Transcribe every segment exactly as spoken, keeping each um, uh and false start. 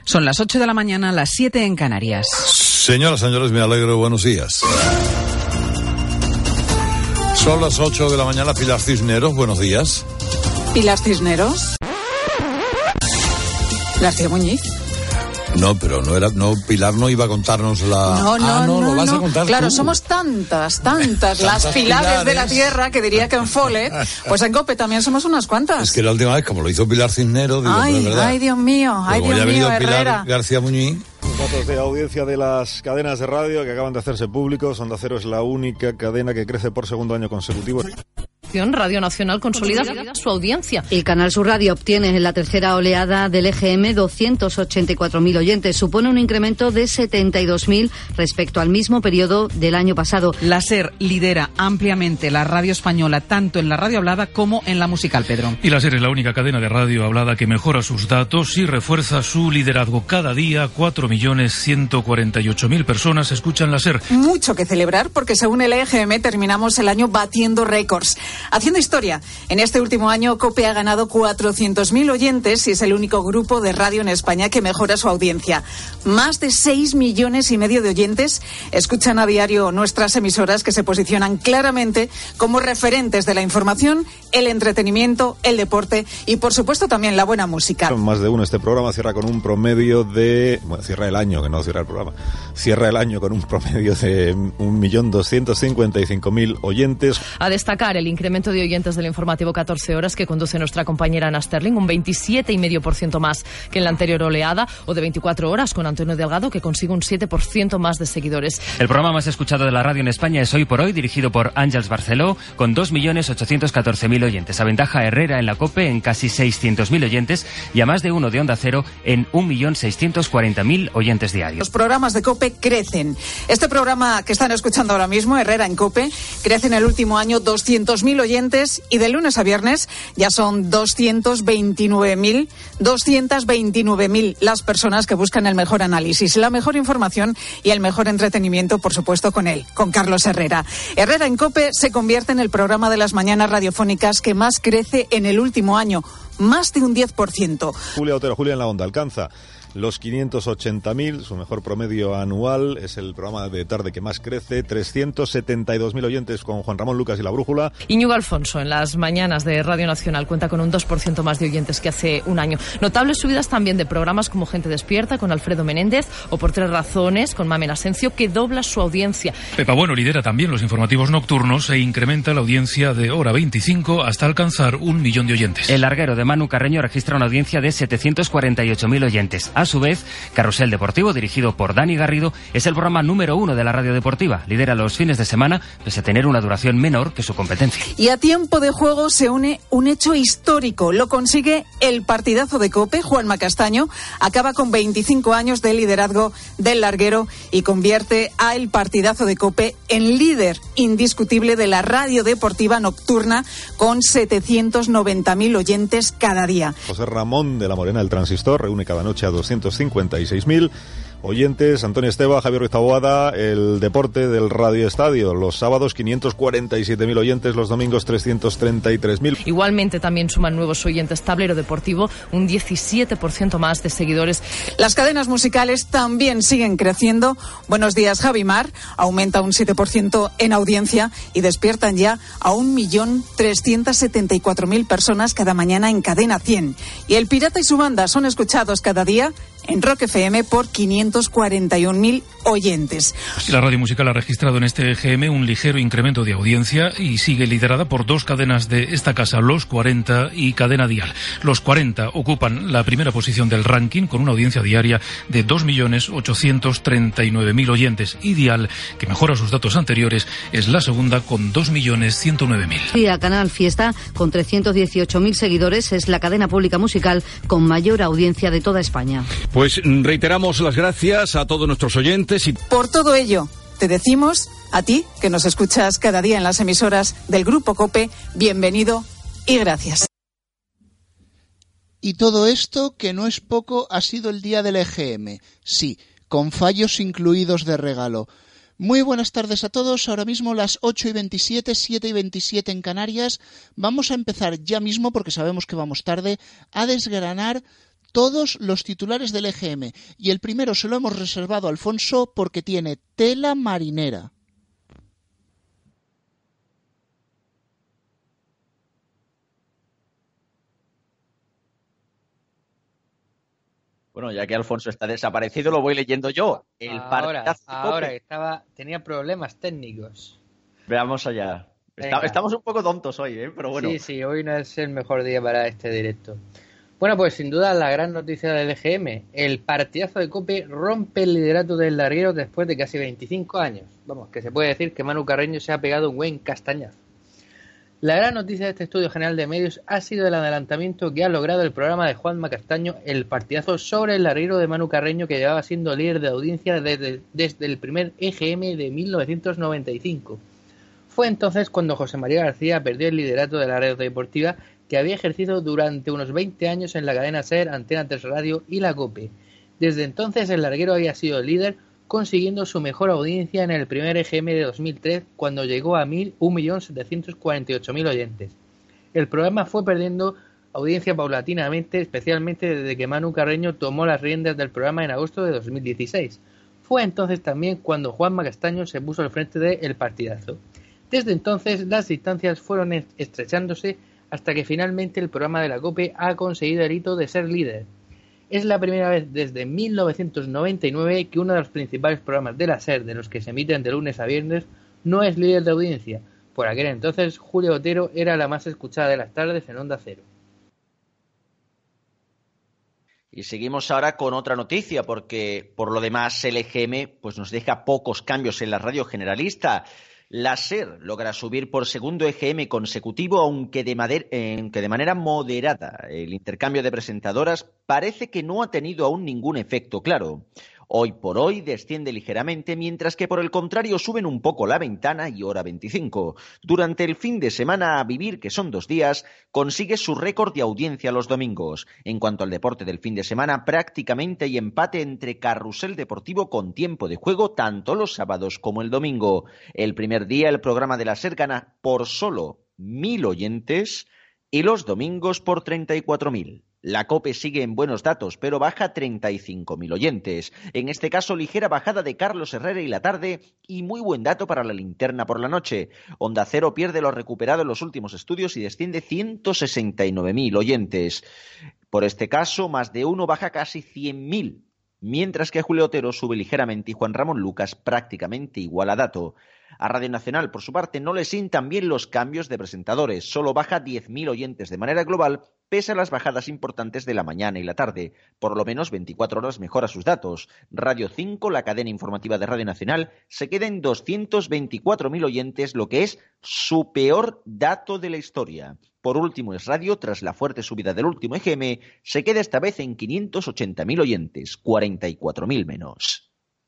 Son las ocho de la mañana, las siete en Canarias. Señoras, señores, me alegro. Buenos días. Son las ocho de la mañana. Pilar Cisneros, buenos días. Pilar Cisneros. García Muñiz. No, pero no era, no, Pilar no iba a contarnos la... No, no, ah, no, no, lo vas no. a contar Claro, tú. somos tantas, tantas, las Tantas pilares, pilares de la tierra, que diría que en Folet, pues en COPE también somos unas cuantas. Es que la última vez, como lo hizo Pilar Cisneros, digo, ay, pero es verdad. ay, Dios mío, ay, como Dios ya mío, ha venido Herrera. Pilar García Muñiz. Los datos de audiencia de las cadenas de radio que acaban de hacerse públicos. Onda Cero es la única cadena que crece por segundo año consecutivo. Radio Nacional consolida su audiencia. El Canal Sur Radio obtiene en la tercera oleada del E G M doscientos ochenta y cuatro mil oyentes. Supone un incremento de setenta y dos mil respecto al mismo periodo del año pasado. La SER lidera ampliamente la radio española, tanto en la radio hablada como en la musical, Pedro. Y la SER es la única cadena de radio hablada que mejora sus datos y refuerza su liderazgo. Cada día, cuatro millones ciento cuarenta y ocho mil personas escuchan la SER. Mucho que celebrar porque según el E G M terminamos el año batiendo récords. Haciendo historia, en este último año COPE ha ganado cuatrocientos mil oyentes y es el único grupo de radio en España que mejora su audiencia. Más de seis millones y medio de oyentes escuchan a diario nuestras emisoras que se posicionan claramente como referentes de la información, el entretenimiento, el deporte y por supuesto también la buena música. Más de uno, este programa cierra con un promedio de... Bueno, cierra el año, que no cierra el programa. Cierra el año con un promedio de un millón doscientos cincuenta y cinco mil oyentes. A destacar el incremento de oyentes del informativo catorce horas que conduce nuestra compañera Ana Sterling, un veintisiete coma cinco por ciento más que en la anterior oleada, o de veinticuatro horas con Antonio Delgado, que consigue un siete por ciento más de seguidores. El programa más escuchado de la radio en España es Hoy por Hoy, dirigido por Àngels Barceló, con dos millones ochocientos catorce mil oyentes. Aventaja a Herrera en la COPE en casi seiscientos mil oyentes y a más de uno de Onda Cero en un millón seiscientos cuarenta mil oyentes diarios. Los programas de COPE crecen. Este programa que están escuchando ahora mismo, Herrera en COPE, crece en el último año doscientos mil oyentes y de lunes a viernes ya son doscientos veintinueve mil las personas que buscan el mejor análisis, la mejor información y el mejor entretenimiento, por supuesto, con él, con Carlos Herrera. Herrera en COPE se convierte en el programa de las mañanas radiofónicas que más crece en el último año, más de un diez por ciento. Julia Otero, Julia en la Onda, alcanza los quinientos ochenta mil, su mejor promedio anual, es el programa de tarde que más crece, trescientos setenta y dos mil oyentes con Juan Ramón Lucas y La Brújula. Íñigo Alfonso en las mañanas de Radio Nacional cuenta con un dos por ciento más de oyentes que hace un año. Notables subidas también de programas como Gente Despierta con Alfredo Menéndez o Por Tres Razones con Mamen Asencio, que dobla su audiencia. Pepa Bueno lidera también los informativos nocturnos e incrementa la audiencia de hora veinticinco hasta alcanzar un millón de oyentes. El Larguero de Manu Carreño registra una audiencia de setecientos cuarenta y ocho mil oyentes. A su vez, Carrusel Deportivo, dirigido por Dani Garrido, es el programa número uno de la radio deportiva. Lidera los fines de semana, pese a tener una duración menor que su competencia. Y a tiempo de juego se une un hecho histórico. Lo consigue el partidazo de COPE. Juanma Castaño acaba con veinticinco años de liderazgo del Larguero y convierte a el partidazo de COPE en líder indiscutible de la radio deportiva nocturna con setecientos noventa mil oyentes cada día. José Ramón de la Morena del Transistor reúne cada noche a doscientos cincuenta y seis mil oyentes. Antonio Esteba, Javier Ruiz Taboada, el deporte del Radio Estadio. Los sábados quinientos cuarenta y siete mil oyentes, los domingos trescientos treinta y tres mil. Igualmente también suman nuevos oyentes Tablero Deportivo, un diecisiete por ciento más de seguidores. Las cadenas musicales también siguen creciendo. Buenos días, Javi Mar, aumenta un siete por ciento en audiencia y despiertan ya a un millón trescientos setenta y cuatro mil personas cada mañana en Cadena cien. Y El Pirata y su banda son escuchados cada día en Rock F M por quinientos cuarenta y un mil oyentes. La radio musical ha registrado en este E G M un ligero incremento de audiencia y sigue liderada por dos cadenas de esta casa, Los cuarenta y Cadena Dial. Los cuarenta ocupan la primera posición del ranking con una audiencia diaria de dos millones ochocientos treinta y nueve mil oyentes y Dial, que mejora sus datos anteriores, es la segunda con dos millones ciento nueve mil. Y a Canal Fiesta, con trescientos dieciocho mil seguidores, es la cadena pública musical con mayor audiencia de toda España. Pues reiteramos las gracias a todos nuestros oyentes y... Por todo ello, te decimos, a ti, que nos escuchas cada día en las emisoras del Grupo COPE, bienvenido y gracias. Y todo esto, que no es poco, ha sido el día del E G M. Sí, con fallos incluidos de regalo. Muy buenas tardes a todos, ahora mismo las ocho y veintisiete, siete y veintisiete en Canarias. Vamos a empezar ya mismo, porque sabemos que vamos tarde, a desgranar todos los titulares del E G M. Y el primero se lo hemos reservado a Alfonso porque tiene tela marinera. Bueno, ya que Alfonso está desaparecido, lo voy leyendo yo. El ahora, ahora estaba, tenía problemas técnicos. Veamos allá. Está, estamos un poco tontos hoy, ¿eh? Pero bueno. Sí, sí, hoy no es el mejor día para este directo. Bueno, pues sin duda la gran noticia del E G M. El partidazo de COPE rompe el liderato del larguero después de casi veinticinco años. Vamos, que se puede decir que Manu Carreño se ha pegado un buen castañazo. La gran noticia de este estudio general de medios ha sido el adelantamiento que ha logrado el programa de Juanma Castaño, el partidazo sobre el larguero de Manu Carreño, que llevaba siendo líder de audiencia desde, desde el primer E G M de mil novecientos noventa y cinco. Fue entonces cuando José María García perdió el liderato de la red deportiva que había ejercido durante unos veinte años en la cadena SER, Antena tres Radio y la COPE. Desde entonces el larguero había sido el líder, consiguiendo su mejor audiencia en el primer E G M de dos mil tres, cuando llegó a un millón setecientos cuarenta y ocho mil oyentes. El programa fue perdiendo audiencia paulatinamente, especialmente desde que Manu Carreño tomó las riendas del programa en agosto de dos mil dieciséis. Fue entonces también cuando Juanma Castaño se puso al frente de El Partidazo. Desde entonces las distancias fueron estrechándose hasta que finalmente el programa de la COPE ha conseguido el hito de ser líder. Es la primera vez desde mil novecientos noventa y nueve que uno de los principales programas de la SER, de los que se emiten de lunes a viernes, no es líder de audiencia. Por aquel entonces, Julia Otero era la más escuchada de las tardes en Onda Cero. Y seguimos ahora con otra noticia, porque por lo demás el E G M pues nos deja pocos cambios en la radio generalista. La SER logra subir por segundo E G M consecutivo, aunque de, mader- eh, que de manera moderada. El intercambio de presentadoras parece que no ha tenido aún ningún efecto claro. Hoy por hoy desciende ligeramente, mientras que por el contrario suben un poco La Ventana y Hora veinticinco. Durante el fin de semana a vivir, que son dos días, consigue su récord de audiencia los domingos. En cuanto al deporte del fin de semana, prácticamente hay empate entre Carrusel Deportivo con Tiempo de Juego, tanto los sábados como el domingo. El primer día el programa de la SER gana por solo mil oyentes y los domingos por treinta y cuatro mil. La COPE sigue en buenos datos, pero baja treinta y cinco mil oyentes. En este caso, ligera bajada de Carlos Herrera y La Tarde, y muy buen dato para La Linterna por la noche. Onda Cero pierde lo recuperado en los últimos estudios y desciende ciento sesenta y nueve mil oyentes. Por este caso, Más de Uno baja casi cien mil, mientras que Julio Otero sube ligeramente y Juan Ramón Lucas prácticamente igual a dato. A Radio Nacional, por su parte, no le sientan bien los cambios de presentadores. Solo baja diez mil oyentes de manera global, pese a las bajadas importantes de la mañana y la tarde. Por lo menos veinticuatro horas mejora sus datos. Radio cinco, la cadena informativa de Radio Nacional, se queda en doscientos veinticuatro mil oyentes, lo que es su peor dato de la historia. Por último, Es Radio, tras la fuerte subida del último E G M, se queda esta vez en quinientos ochenta mil oyentes, cuarenta y cuatro mil menos.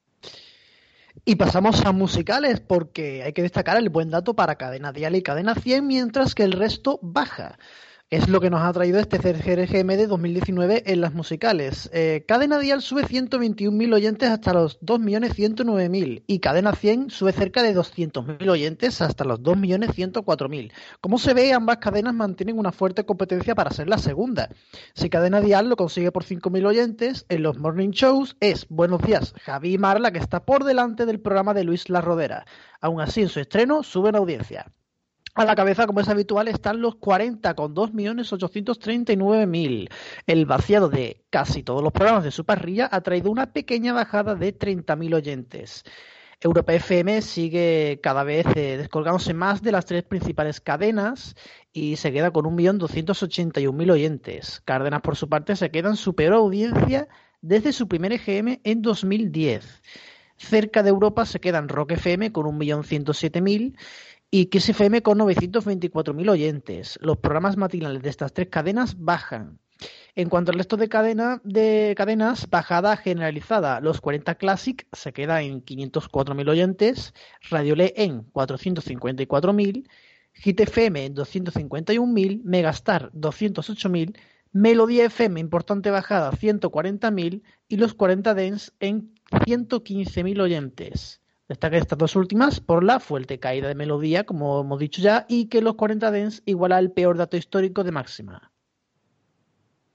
Y pasamos a musicales, porque hay que destacar el buen dato para Cadena Dial y Cadena cien, mientras que el resto baja. Es lo que nos ha traído este C G M de dos mil diecinueve en las musicales. Eh, Cadena Dial sube ciento veintiún mil oyentes hasta los dos millones ciento nueve mil y Cadena cien sube cerca de doscientos mil oyentes hasta los dos millones ciento cuatro mil. Como se ve, ambas cadenas mantienen una fuerte competencia para ser la segunda. Si Cadena Dial lo consigue por cinco mil oyentes, en los morning shows es Buenos Días, Javi y Mar la que está por delante del programa de Luis La Rodera. Aún así, en su estreno suben audiencia. A la cabeza, como es habitual, están los cuarenta, con dos millones ochocientos treinta y nueve mil. El vaciado de casi todos los programas de su parrilla ha traído una pequeña bajada de treinta mil oyentes. Europa F M sigue cada vez eh, descolgándose más de las tres principales cadenas y se queda con un millón doscientos ochenta y un mil oyentes. Cárdenas, por su parte, se queda en su peor audiencia desde su primer E G M en dos mil diez. Cerca de Europa se quedan Rock F M con un millón ciento siete mil y Kiss F M con novecientos veinticuatro mil oyentes. Los programas matinales de estas tres cadenas bajan. En cuanto al resto de, cadena, de cadenas, bajada generalizada. Los cuarenta Classic se queda en quinientos cuatro mil oyentes, Radio Le en cuatrocientos cincuenta y cuatro mil, Hit F M en doscientos cincuenta y un mil, Megastar doscientos ocho mil, Melodía F M, importante bajada, ciento cuarenta mil y los cuarenta Dance en ciento quince mil oyentes. Destaca estas dos últimas por la fuerte caída de Melodía, como hemos dicho ya, y que los cuarenta Dance iguala el peor dato histórico de máxima.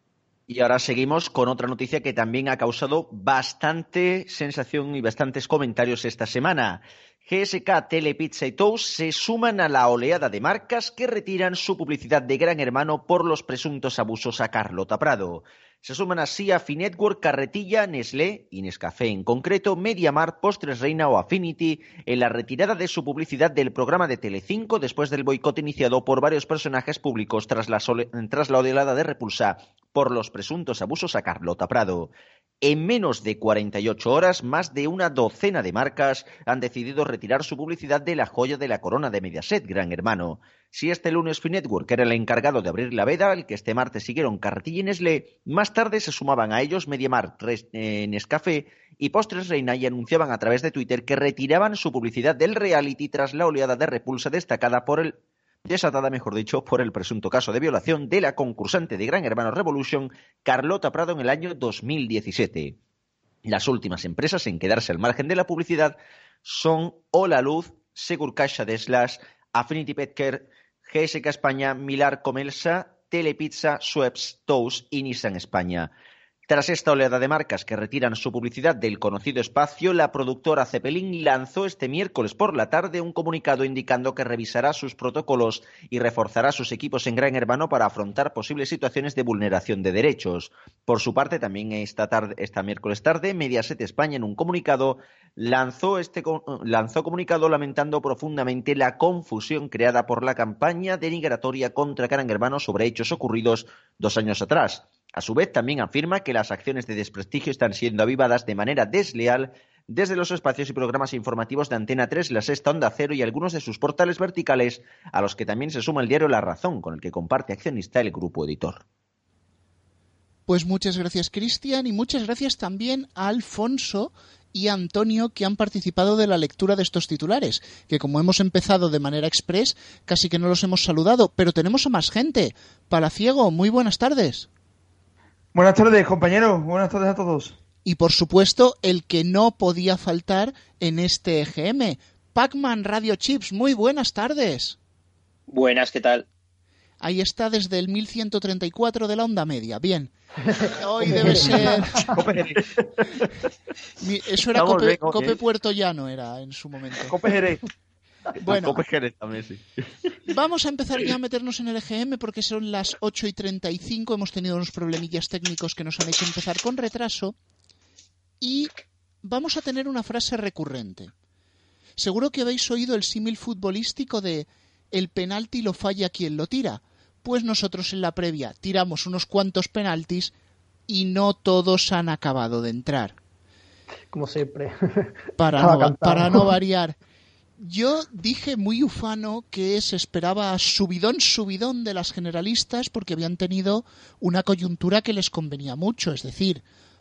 Y ahora seguimos con otra noticia que también ha causado bastante sensación y bastantes comentarios esta semana. G S K, Telepizza y Tous se suman a la oleada de marcas que retiran su publicidad de Gran Hermano por los presuntos abusos a Carlota Prado. Se suman así a Finetwork, Carretilla, Nestlé y Nescafé en concreto, MediaMarkt, Postres Reina o Affinity en la retirada de su publicidad del programa de Telecinco después del boicot iniciado por varios personajes públicos tras la, sole- tras la oleada de repulsa por los presuntos abusos a Carlota Prado. En menos de cuarenta y ocho horas, más de una docena de marcas han decidido retirar su publicidad de la joya de la corona de Mediaset, Gran Hermano. Si este lunes Finetwork era el encargado de abrir la veda, el que este martes siguieron Carretilla y Nestlé, más tarde se sumaban a ellos MediaMarkt, eh, Nescafé y Postres Reina y anunciaban a través de Twitter que retiraban su publicidad del reality tras la oleada de repulsa destacada por el desatada, mejor dicho, por el presunto caso de violación de la concursante de Gran Hermano Revolution, Carlota Prado, en el año dos mil diecisiete. Las últimas empresas en quedarse al margen de la publicidad son Hola Luz, Segur Caixa de Slash, Affinity Petcare, G S K España, Milar Comelsa, Telepizza, Schweppes, Tous y Nissan España. Tras esta oleada de marcas que retiran su publicidad del conocido espacio, la productora Zeppelin lanzó este miércoles por la tarde un comunicado indicando que revisará sus protocolos y reforzará sus equipos en Gran Hermano para afrontar posibles situaciones de vulneración de derechos. Por su parte, también esta tarde, esta miércoles tarde, Mediaset España en un comunicado lanzó este lanzó comunicado lamentando profundamente la confusión creada por la campaña denigratoria contra Gran Hermano sobre hechos ocurridos dos años atrás. A su vez, también afirma que las acciones de desprestigio están siendo avivadas de manera desleal desde los espacios y programas informativos de Antena tres, La Sexta, Onda Cero y algunos de sus portales verticales, a los que también se suma el diario La Razón, con el que comparte accionista el grupo editor. Pues muchas gracias, Cristian, y muchas gracias también a Alfonso y a Antonio, que han participado de la lectura de estos titulares, que como hemos empezado de manera express, casi que no los hemos saludado, pero tenemos a más gente. Palaciego, muy buenas tardes. Buenas tardes, compañeros. Buenas tardes a todos. Y, por supuesto, el que no podía faltar en este E G M, Pac-Man Radio Chips. Muy buenas tardes. Buenas, ¿qué tal? Ahí está desde el mil ciento treinta y cuatro de la onda media. Bien. Hoy debe ser... Eso era Cope, bien, Cope Puerto Llano, era en su momento. Cope Jerez. Bueno, también, sí. Vamos a empezar ya a meternos en el E G M porque son las ocho y treinta y cinco. Hemos tenido unos problemillas técnicos que nos han hecho empezar con retraso. Y vamos a tener una frase recurrente. Seguro que habéis oído el símil futbolístico de el penalti lo falla quien lo tira. Pues nosotros en la previa tiramos unos cuantos penaltis y no todos han acabado de entrar. Como siempre. Para, no, para no variar. Yo dije muy ufano que se esperaba subidón, subidón de las generalistas porque habían tenido una coyuntura que les convenía mucho, es decir,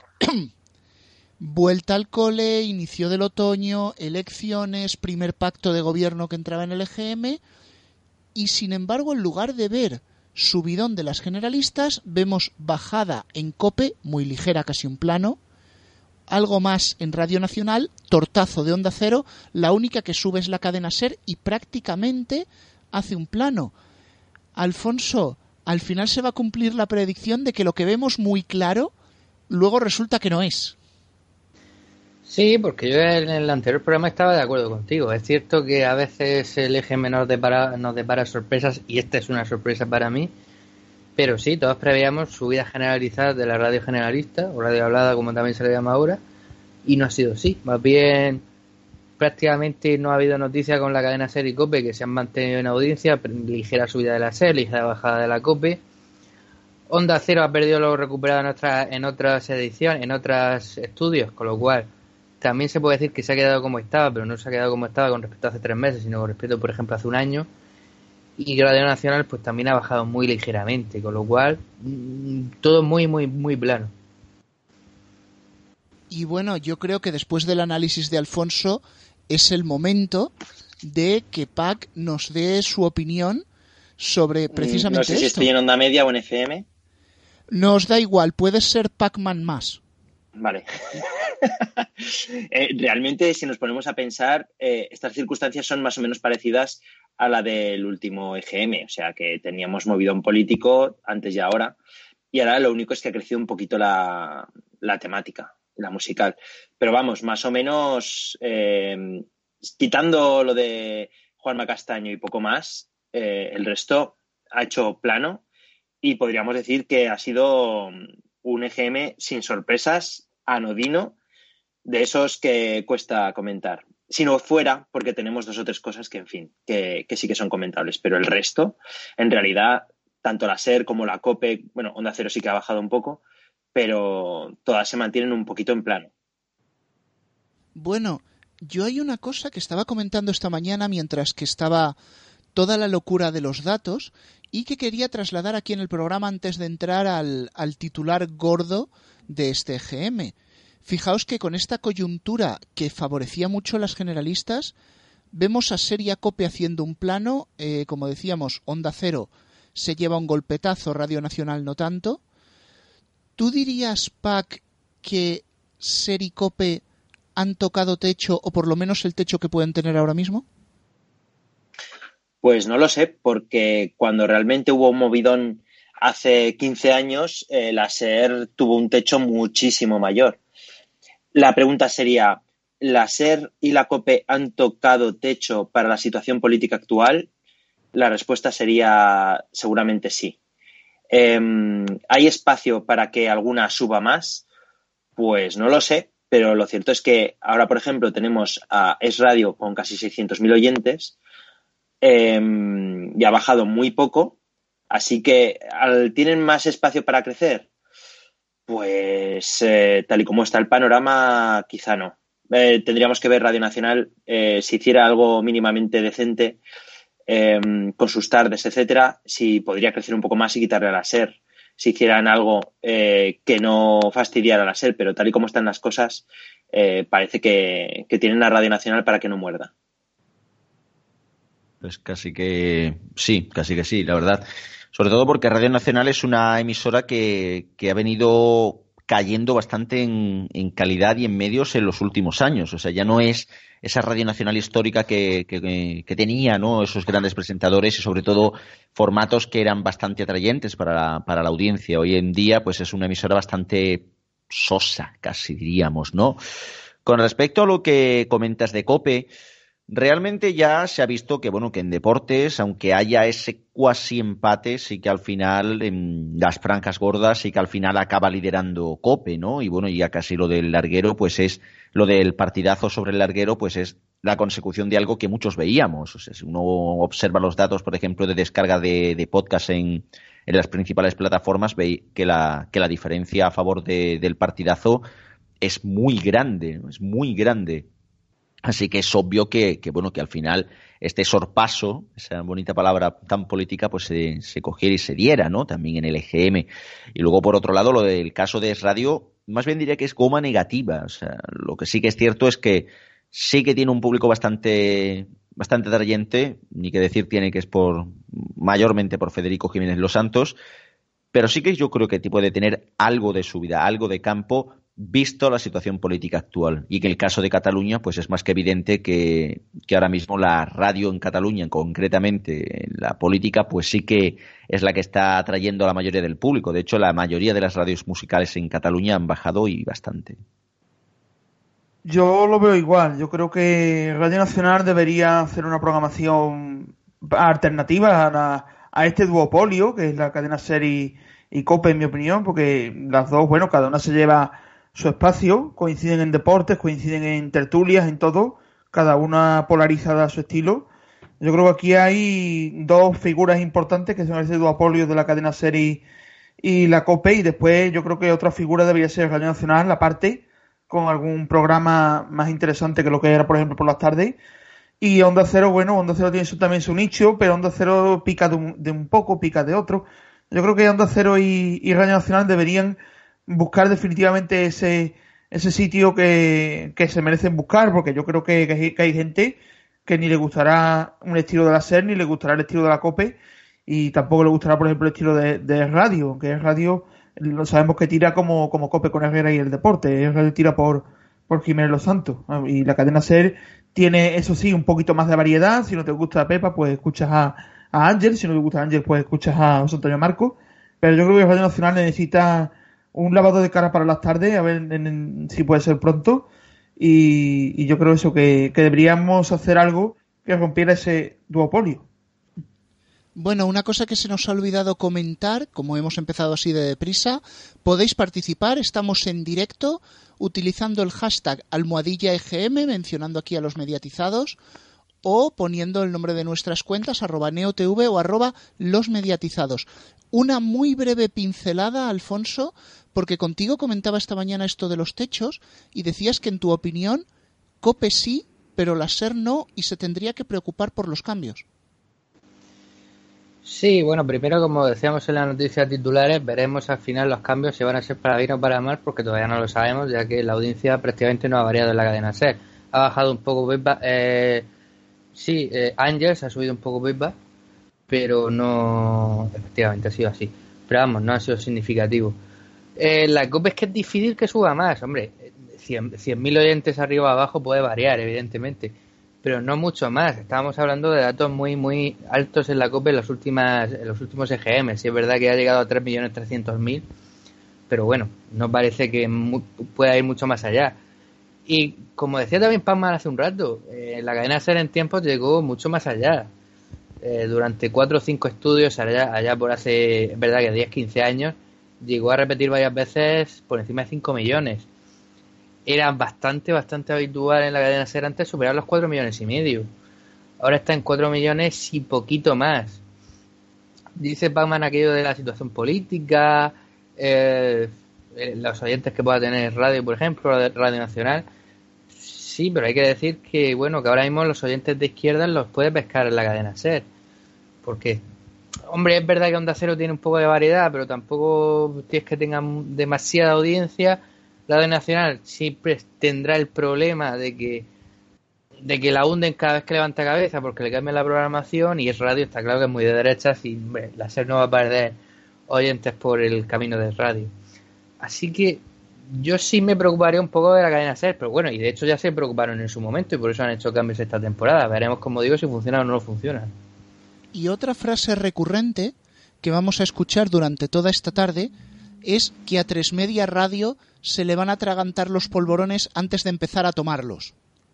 vuelta al cole, inicio del otoño, elecciones, primer pacto de gobierno que entraba en el E G M, y sin embargo, en lugar de ver subidón de las generalistas, vemos bajada en COPE, muy ligera, casi un plano, algo más en Radio Nacional, tortazo de Onda Cero, la única que sube es la cadena SER y prácticamente hace un plano. Alfonso, al final se va a cumplir la predicción de que lo que vemos muy claro, luego resulta que no es. Sí, porque yo en el anterior programa estaba de acuerdo contigo. Es cierto que a veces el E G M nos depara, nos depara sorpresas, y esta es una sorpresa para mí. Pero sí, todos preveíamos subidas generalizadas de la radio generalista, o radio hablada, como también se le llama ahora, y no ha sido así. Más bien, prácticamente no ha habido noticias con la cadena SER y COPE que se han mantenido en audiencia, ligera subida de la SER, ligera bajada de la COPE. Onda Cero ha perdido lo recuperado en otras, en otras ediciones, en otros estudios, con lo cual también se puede decir que se ha quedado como estaba, pero no se ha quedado como estaba con respecto a hace tres meses, sino con respecto, por ejemplo, hace un año. Y Radio Nacional pues también ha bajado muy ligeramente, con lo cual mmm, todo muy, muy, muy plano. Y bueno, yo creo que después del análisis de Alfonso es el momento de que Pac nos dé su opinión sobre precisamente esto. No sé si esto. estoy en onda media o en F M. Nos da igual, puedes ser Pac-Man más. Vale. eh, realmente, si nos ponemos a pensar, eh, estas circunstancias son más o menos parecidas a la del último E G M, o sea que teníamos movidón político antes y ahora, y ahora lo único es que ha crecido un poquito la, la temática, la musical. Pero vamos, más o menos, eh, quitando lo de Juanma Castaño y poco más, eh, el resto ha hecho plano y podríamos decir que ha sido un E G M sin sorpresas, anodino, de esos que cuesta comentar. Si no fuera porque tenemos dos o tres cosas que, en fin, que, que sí que son comentables. Pero el resto, en realidad, tanto la SER como la COPE, bueno, Onda Cero sí que ha bajado un poco, pero todas se mantienen un poquito en plano. Bueno, yo hay una cosa que estaba comentando esta mañana mientras que estaba toda la locura de los datos y que quería trasladar aquí en el programa antes de entrar al, al titular gordo de este E G M. Fijaos que con esta coyuntura que favorecía mucho a las generalistas, vemos a SER y a COPE haciendo un plano, eh, como decíamos, Onda Cero se lleva un golpetazo, Radio Nacional no tanto. ¿Tú dirías, Pac, que SER y COPE han tocado techo, o por lo menos el techo que pueden tener ahora mismo? Pues no lo sé, porque cuando realmente hubo un movidón hace quince años, eh, la SER tuvo un techo muchísimo mayor. La pregunta sería, ¿la SER y la COPE han tocado techo para la situación política actual? La respuesta sería seguramente sí. Eh, ¿Hay espacio para que alguna suba más? Pues no lo sé, pero lo cierto es que ahora, por ejemplo, tenemos a Es Radio con casi seiscientos mil oyentes eh, y ha bajado muy poco, así que ¿tienen más espacio para crecer? Pues eh, tal y como está el panorama, quizá no. Eh, tendríamos que ver Radio Nacional eh, si hiciera algo mínimamente decente eh, con sus tardes, etcétera, si podría crecer un poco más y quitarle a la SER. Si hicieran algo eh, que no fastidiara a la SER, pero tal y como están las cosas, eh, parece que, que tienen a Radio Nacional para que no muerda. Pues casi que sí, casi que sí, la verdad. Sobre todo porque Radio Nacional es una emisora que, que ha venido cayendo bastante en, en calidad y en medios en los últimos años. O sea, ya no es esa Radio Nacional histórica que, que, que tenía, ¿no? Esos grandes presentadores y sobre todo formatos que eran bastante atrayentes para la, para la audiencia. Hoy en día, pues es una emisora bastante sosa, casi diríamos, ¿no? Con respecto a lo que comentas de COPE, realmente ya se ha visto que, bueno, que en deportes, aunque haya ese cuasi empate, sí que al final, en las franjas gordas, sí que al final acaba liderando COPE, ¿no? Y bueno, ya casi lo del larguero, pues es, lo del partidazo sobre el larguero, pues es la consecución de algo que muchos veíamos. O sea, si uno observa los datos, por ejemplo, de descarga de, de podcast en, en las principales plataformas, ve que la, que la diferencia a favor de, del partidazo es muy grande, es muy grande. Así que es obvio que, que, bueno, que al final este sorpaso, esa bonita palabra tan política, pues se, se cogiera y se diera, ¿no? También en el E G M. Y luego, por otro lado, lo del caso de Es Radio, más bien diría que es goma negativa. O sea, lo que sí que es cierto es que sí que tiene un público bastante, bastante atrayente, ni que decir tiene que es por, mayormente por Federico Jiménez Los Santos, pero sí que yo creo que puede tener algo de subida, algo de campo, visto la situación política actual. Y que en el caso de Cataluña, pues es más que evidente que, que ahora mismo la radio en Cataluña, concretamente la política, pues sí que es la que está atrayendo a la mayoría del público. De hecho, la mayoría de las radios musicales en Cataluña han bajado y bastante. Yo lo veo igual. Yo creo que Radio Nacional debería hacer una programación alternativa a, la, a este duopolio, que es la cadena SER y, y COPE, en mi opinión, porque las dos, bueno, cada una se lleva su espacio, coinciden en deportes, coinciden en tertulias, en todo, cada una polarizada a su estilo. Yo creo que aquí hay dos figuras importantes que son ese duopolio de la cadena SER y, y la COPE, y después yo creo que otra figura debería ser Radio Nacional, la parte, con algún programa más interesante que lo que era, por ejemplo, por las tardes. Y Onda Cero, bueno, Onda Cero tiene su, también su nicho, pero Onda Cero pica de un, de un poco, pica de otro. Yo creo que Onda Cero y, y Radio Nacional deberían buscar definitivamente ese ese sitio que, que se merecen buscar, porque yo creo que, que, hay, que hay gente que ni le gustará un estilo de la SER, ni le gustará el estilo de la COPE, y tampoco le gustará, por ejemplo, el estilo de, de Radio, que es Radio, lo sabemos que tira como, como COPE con Herrera y el deporte, es Radio tira por, por Jiménez Los Santos, y la cadena SER tiene, eso sí, un poquito más de variedad. Si no te gusta Pepa, pues escuchas a, a Ángel, si no te gusta Ángel, pues escuchas a José Antonio Marco, pero yo creo que Radio Nacional necesita un lavado de cara para las tardes, a ver en, en, si puede ser pronto, y, y yo creo eso, que, que deberíamos hacer algo que rompiera ese duopolio. Bueno, una cosa que se nos ha olvidado comentar, como hemos empezado así de deprisa, podéis participar, estamos en directo utilizando el hashtag almohadilla E G M, mencionando aquí a los mediatizados, o poniendo el nombre de nuestras cuentas, arroba neotv o arroba los mediatizados. Una muy breve pincelada, Alfonso, porque contigo comentaba esta mañana esto de los techos y decías que en tu opinión COPE sí, pero la SER no, y se tendría que preocupar por los cambios. Sí, bueno, primero, como decíamos en las noticias titulares, veremos al final los cambios si van a ser para bien o para mal, porque todavía no lo sabemos, ya que la audiencia prácticamente no ha variado en la cadena SER. Ha bajado un poco Beba, eh, sí, eh, Ángels ha subido un poco Beba, pero no, efectivamente ha sido así. Pero vamos, no ha sido significativo. Eh, la COPE es que es difícil que suba más, hombre, cien mil oyentes arriba o abajo puede variar, evidentemente, pero no mucho más. Estábamos hablando de datos muy muy altos en la COPE en los últimas en los últimos E G M. Sí es verdad que ha llegado a tres millones trescientos mil, pero bueno, no parece que mu- pueda ir mucho más allá. Y como decía también Pazman hace un rato, eh, la cadena SER en tiempos llegó mucho más allá. Eh, durante cuatro o cinco estudios, allá, allá por hace, es verdad que diez quince años, llegó a repetir varias veces por encima de cinco millones. Era bastante, bastante habitual en la cadena SER antes superar los cuatro millones y medio. Ahora está en cuatro millones y poquito más. Dice Pazman aquello de la situación política, eh, los oyentes que pueda tener radio, por ejemplo, Radio Nacional. Sí, pero hay que decir que, bueno, que ahora mismo los oyentes de izquierda los puede pescar en la cadena SER. Porque, hombre, es verdad que Onda Cero tiene un poco de variedad, pero tampoco tienes que tengan demasiada audiencia. Radio Nacional siempre tendrá el problema de que de que la hunden cada vez que levanta cabeza porque le cambian la programación, y es radio, está claro que es muy de derechas y hombre, la SER no va a perder oyentes por el camino de radio. Así que yo sí me preocuparía un poco de la cadena SER, pero bueno, y de hecho ya se preocuparon en su momento y por eso han hecho cambios esta temporada. Veremos, como digo, si funciona o no funciona. Y otra frase recurrente que vamos a escuchar durante toda esta tarde es que a Tres Media Radio se le van a atragantar los polvorones antes de empezar a tomarlos.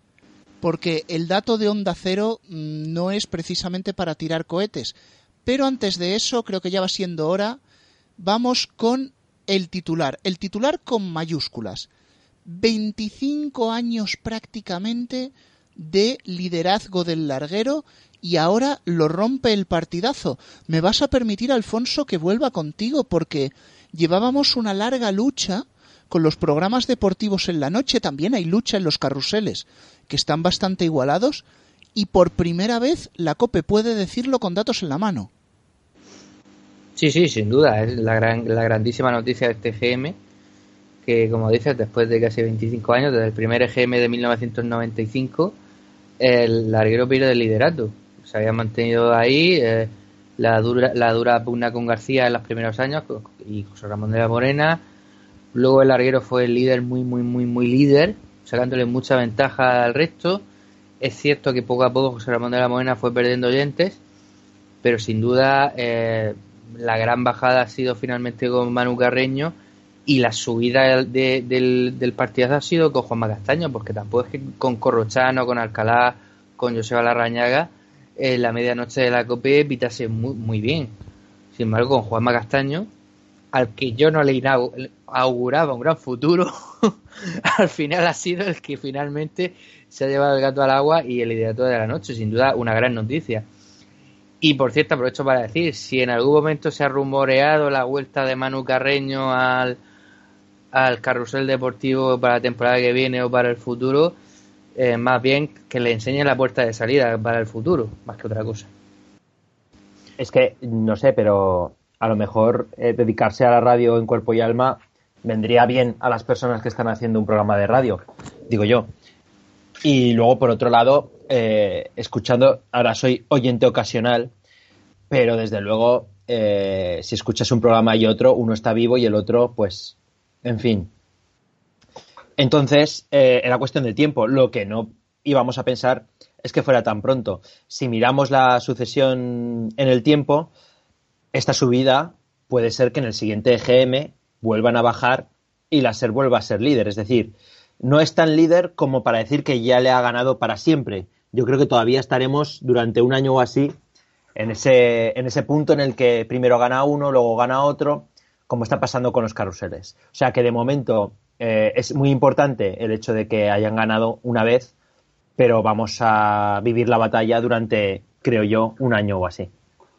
Porque el dato de Onda Cero mmm, no es precisamente para tirar cohetes. Pero antes de eso, creo que ya va siendo hora, vamos con el titular. El titular con mayúsculas. veinticinco años prácticamente de liderazgo del larguero y ahora lo rompe el partidazo. ¿Me vas a permitir, Alfonso, que vuelva contigo? Porque llevábamos una larga lucha con los programas deportivos en la noche. También hay lucha en los carruseles, que están bastante igualados, y por primera vez la COPE puede decirlo con datos en la mano. Sí, sí, sin duda, es la gran, la grandísima noticia de este E G M, que como dices, después de casi veinticinco años, desde el primer E G M de mil novecientos noventa y cinco, el larguero pierde el liderato. Se había mantenido ahí, eh, la dura la dura pugna con García en los primeros años y José Ramón de la Morena. Luego el larguero fue el líder, muy, muy, muy, muy líder, sacándole mucha ventaja al resto. Es cierto que poco a poco José Ramón de la Morena fue perdiendo oyentes, pero sin duda eh, la gran bajada ha sido finalmente con Manu Carreño, y la subida de, del, del partidazo ha sido con Juanma Castaño, porque tampoco es que con Corrochano, con Alcalá, con Joseba Larrañaga, eh, la medianoche de la COPE pitase muy, muy bien. Sin embargo, con Juanma Castaño, al que yo no le auguraba un gran futuro, al final ha sido el que finalmente se ha llevado el gato al agua y el liderato de la noche. Sin duda, una gran noticia. Y por cierto, aprovecho para decir, si en algún momento se ha rumoreado la vuelta de Manu Carreño al, al carrusel deportivo para la temporada que viene o para el futuro, eh, más bien que le enseñe la puerta de salida para el futuro, más que otra cosa. Es que, no sé, pero a lo mejor eh, dedicarse a la radio en cuerpo y alma vendría bien a las personas que están haciendo un programa de radio, digo yo. Y luego, por otro lado, eh, escuchando, ahora soy oyente ocasional, pero desde luego, eh, si escuchas un programa y otro, uno está vivo y el otro, pues, en fin. Entonces, eh, era cuestión de tiempo. Lo que no íbamos a pensar es que fuera tan pronto. Si miramos la sucesión en el tiempo, esta subida puede ser que en el siguiente E G M vuelvan a bajar y la SER vuelva a ser líder. Es decir, no es tan líder como para decir que ya le ha ganado para siempre. Yo creo que todavía estaremos durante un año o así en ese, en ese punto en el que primero gana uno, luego gana otro, como está pasando con los carruseles. O sea que de momento eh, es muy importante el hecho de que hayan ganado una vez, pero vamos a vivir la batalla durante, creo yo, un año o así.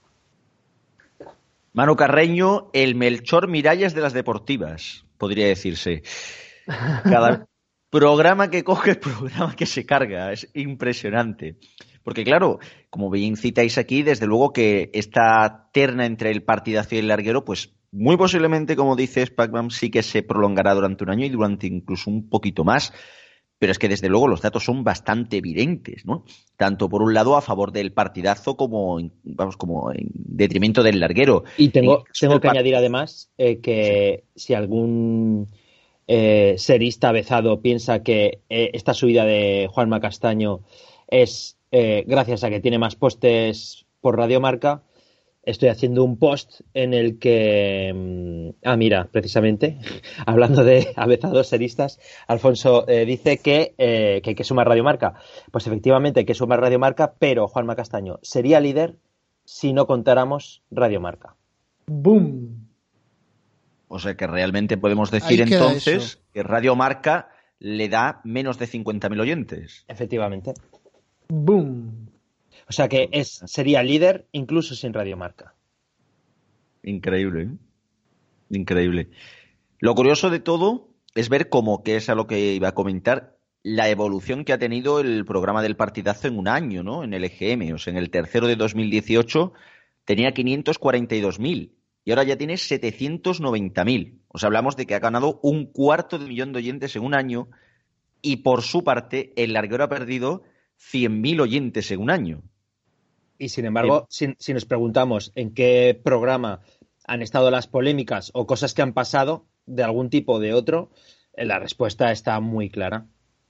Manu Carreño, el Melchor Miralles de las deportivas, podría decirse. Cada programa que coge, programa que se carga. Es impresionante. Porque claro, como bien citáis aquí, desde luego que esta terna entre el partidazo y el larguero, pues muy posiblemente, como dices, Pac-Man, sí que se prolongará durante un año y durante incluso un poquito más. Pero es que desde luego los datos son bastante evidentes, ¿no? Tanto por un lado a favor del partidazo como, vamos, como en detrimento del larguero. Y tengo, tengo que añadir además eh, que sí. si algún eh, serista avezado piensa que eh, esta subida de Juanma Castaño es eh, gracias a que tiene más postes por Radiomarca, estoy haciendo un post en el que... Ah, mira, precisamente, hablando de avezados seristas, Alfonso eh, dice que, eh, que hay que sumar Radiomarca. Pues efectivamente hay que sumar Radiomarca, pero Juanma Castaño sería líder si no contáramos Radiomarca. ¡Boom! O sea que realmente podemos decir entonces eso, que Radiomarca le da menos de cincuenta mil oyentes. Efectivamente. ¡Boom! O sea que es, sería líder incluso sin Radiomarca. Increíble, ¿eh? Increíble. Lo curioso de todo es ver cómo, que es a lo que iba a comentar, la evolución que ha tenido el programa del partidazo en un año, ¿no? En el E G M. O sea, en el tercero de dos mil dieciocho tenía quinientos cuarenta y dos mil y ahora ya tiene setecientos noventa mil. O sea, hablamos de que ha ganado un cuarto de millón de oyentes en un año y por su parte el larguero ha perdido cien mil oyentes en un año. Y sin embargo, si, si nos preguntamos en qué programa han estado las polémicas o cosas que han pasado de algún tipo o de otro, la respuesta está muy clara.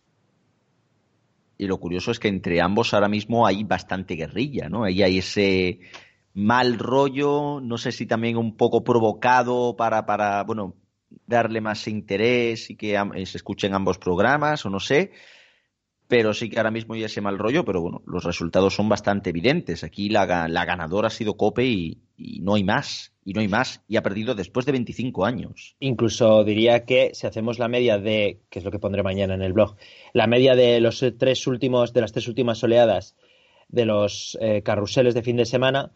Y lo curioso es que entre ambos ahora mismo hay bastante guerrilla, ¿no? Ahí hay ese mal rollo, no sé si también un poco provocado para, para bueno, darle más interés y que se escuchen ambos programas, o no sé. Pero sí que ahora mismo hay ese mal rollo, pero bueno, los resultados son bastante evidentes. Aquí la, la ganadora ha sido COPE y, y no hay más, y no hay más, y ha perdido después de veinticinco años. Incluso diría que si hacemos la media de, que es lo que pondré mañana en el blog, la media de los tres últimos, de las tres últimas oleadas de los eh, carruseles de fin de semana,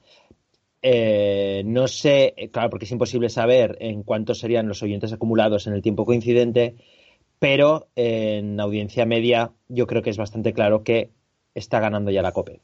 eh, no sé, claro, porque es imposible saber en cuántos serían los oyentes acumulados en el tiempo coincidente, pero en audiencia media yo creo que es bastante claro que está ganando ya la COPE.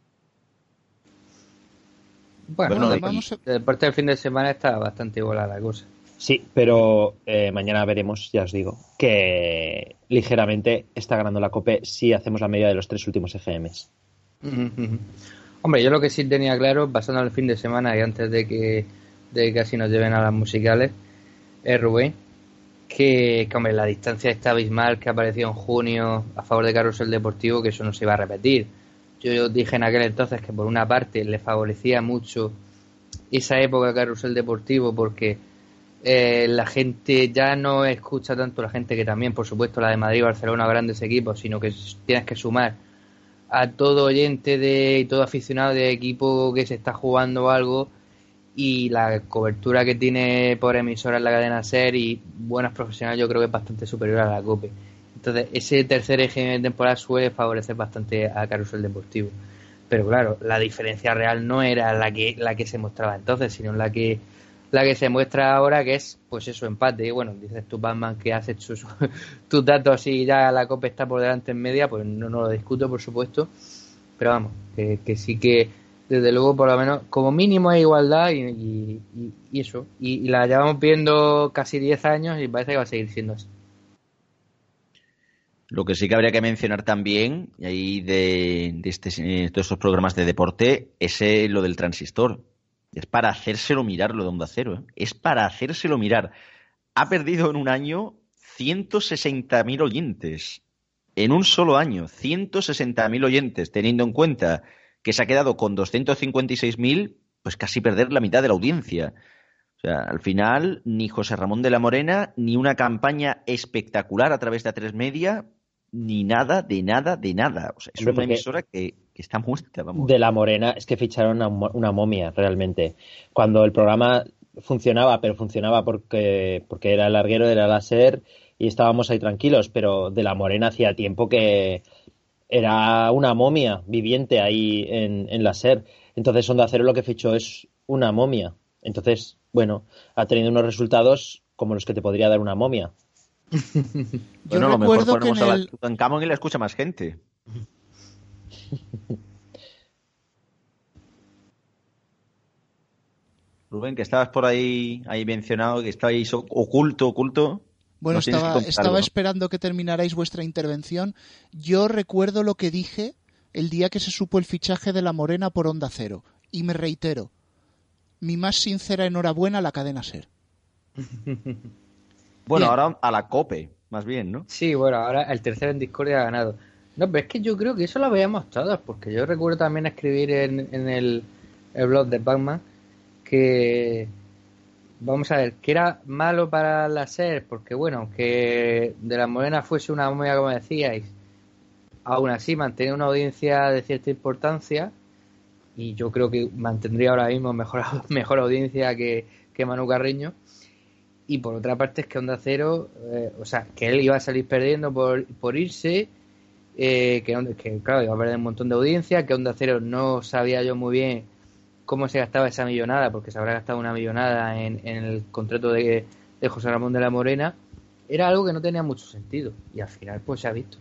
Bueno, bueno de, vamos a... el deporte del fin de semana está bastante igualada la cosa. Sí, pero eh, mañana veremos, ya os digo, que ligeramente está ganando la COPE si hacemos la media de los tres últimos E G Ms. Uh-huh. Hombre, yo lo que sí tenía claro, pasando el fin de semana y antes de que, de que casi nos lleven a las musicales, es Rubén, que, que hombre, la distancia está abismal que apareció en junio a favor de Carrusel Deportivo, que eso no se iba a repetir. Yo, yo dije en aquel entonces que por una parte le favorecía mucho esa época Carrusel Deportivo porque eh, la gente ya no escucha tanto, la gente que también, por supuesto, la de Madrid y Barcelona, grandes equipos, sino que tienes que sumar a todo oyente de, y todo aficionado de equipo que se está jugando algo, y la cobertura que tiene por emisora en la cadena SER y buenas profesionales yo creo que es bastante superior a la COPE. Entonces ese tercer eje de temporada suele favorecer bastante a Carrusel Deportivo, pero claro, la diferencia real no era la que la que se mostraba entonces, sino la que la que se muestra ahora, que es pues eso, empate. Y bueno, dices tú, Batman, que has hecho sus, tus datos y ya la COPE está por delante en media, pues no, no lo discuto, por supuesto, pero vamos, que, que sí que desde luego, por lo menos, como mínimo hay igualdad y, y, y, y eso. Y, y la llevamos viendo casi diez años y parece que va a seguir siendo así. Lo que sí que habría que mencionar también, y ahí de, de, este, de estos programas de deporte, es eh, lo del transistor. Es para hacérselo mirar lo de Onda Cero, ¿eh? Es para hacérselo mirar. Ha perdido en un año ciento sesenta mil oyentes. En un solo año, ciento sesenta mil oyentes, teniendo en cuenta que se ha quedado con doscientos cincuenta y seis mil, pues casi perder la mitad de la audiencia. O sea, al final, ni José Ramón de la Morena, ni una campaña espectacular a través de A tres Media, ni nada, de nada, de nada. O sea, es Hombre, una porque emisora que, que está muerta, vamos. De la Morena es que ficharon una, mo- una momia, realmente. Cuando el programa funcionaba, pero funcionaba porque, porque era el larguero, era la SER, y estábamos ahí tranquilos, pero de la Morena hacía tiempo que era una momia viviente ahí en, en la SER. Entonces Onda Cero lo que fichó es una momia. Entonces, bueno, ha tenido unos resultados como los que te podría dar una momia. Bueno, lo mejor recuerdo que ponemos en a la el- Tutankamón y la escucha más gente. Rubén, que estabas por ahí, ahí mencionado, que estabais o- oculto, oculto. Bueno, Nos tienes que estaba, contar estaba algo, ¿no? esperando que terminarais vuestra intervención. Yo recuerdo lo que dije el día que se supo el fichaje de La Morena por Onda Cero. Y me reitero, mi más sincera enhorabuena a la cadena SER. Bueno, Bien. ahora a la COPE, más bien, ¿no? Sí, bueno, ahora el tercero en Discordia ha ganado. No, pero es que yo creo que eso lo veíamos todos, porque yo recuerdo también escribir en, en el, el blog de Batman que, vamos a ver, que era malo para la SER, porque bueno, aunque De la Morena fuese una momia, como decíais, aún así mantenía una audiencia de cierta importancia, y yo creo que mantendría ahora mismo mejor, mejor audiencia que, que Manu Carreño. Y por otra parte es que Onda Cero, eh, o sea, que él iba a salir perdiendo por, por irse, eh, que, Onda- que claro, iba a perder un montón de audiencia, que Onda Cero no sabía yo muy bien cómo se gastaba esa millonada, porque se habrá gastado una millonada en, en el contrato de, de José Ramón de la Morena. Era algo que no tenía mucho sentido, y al final pues se ha visto.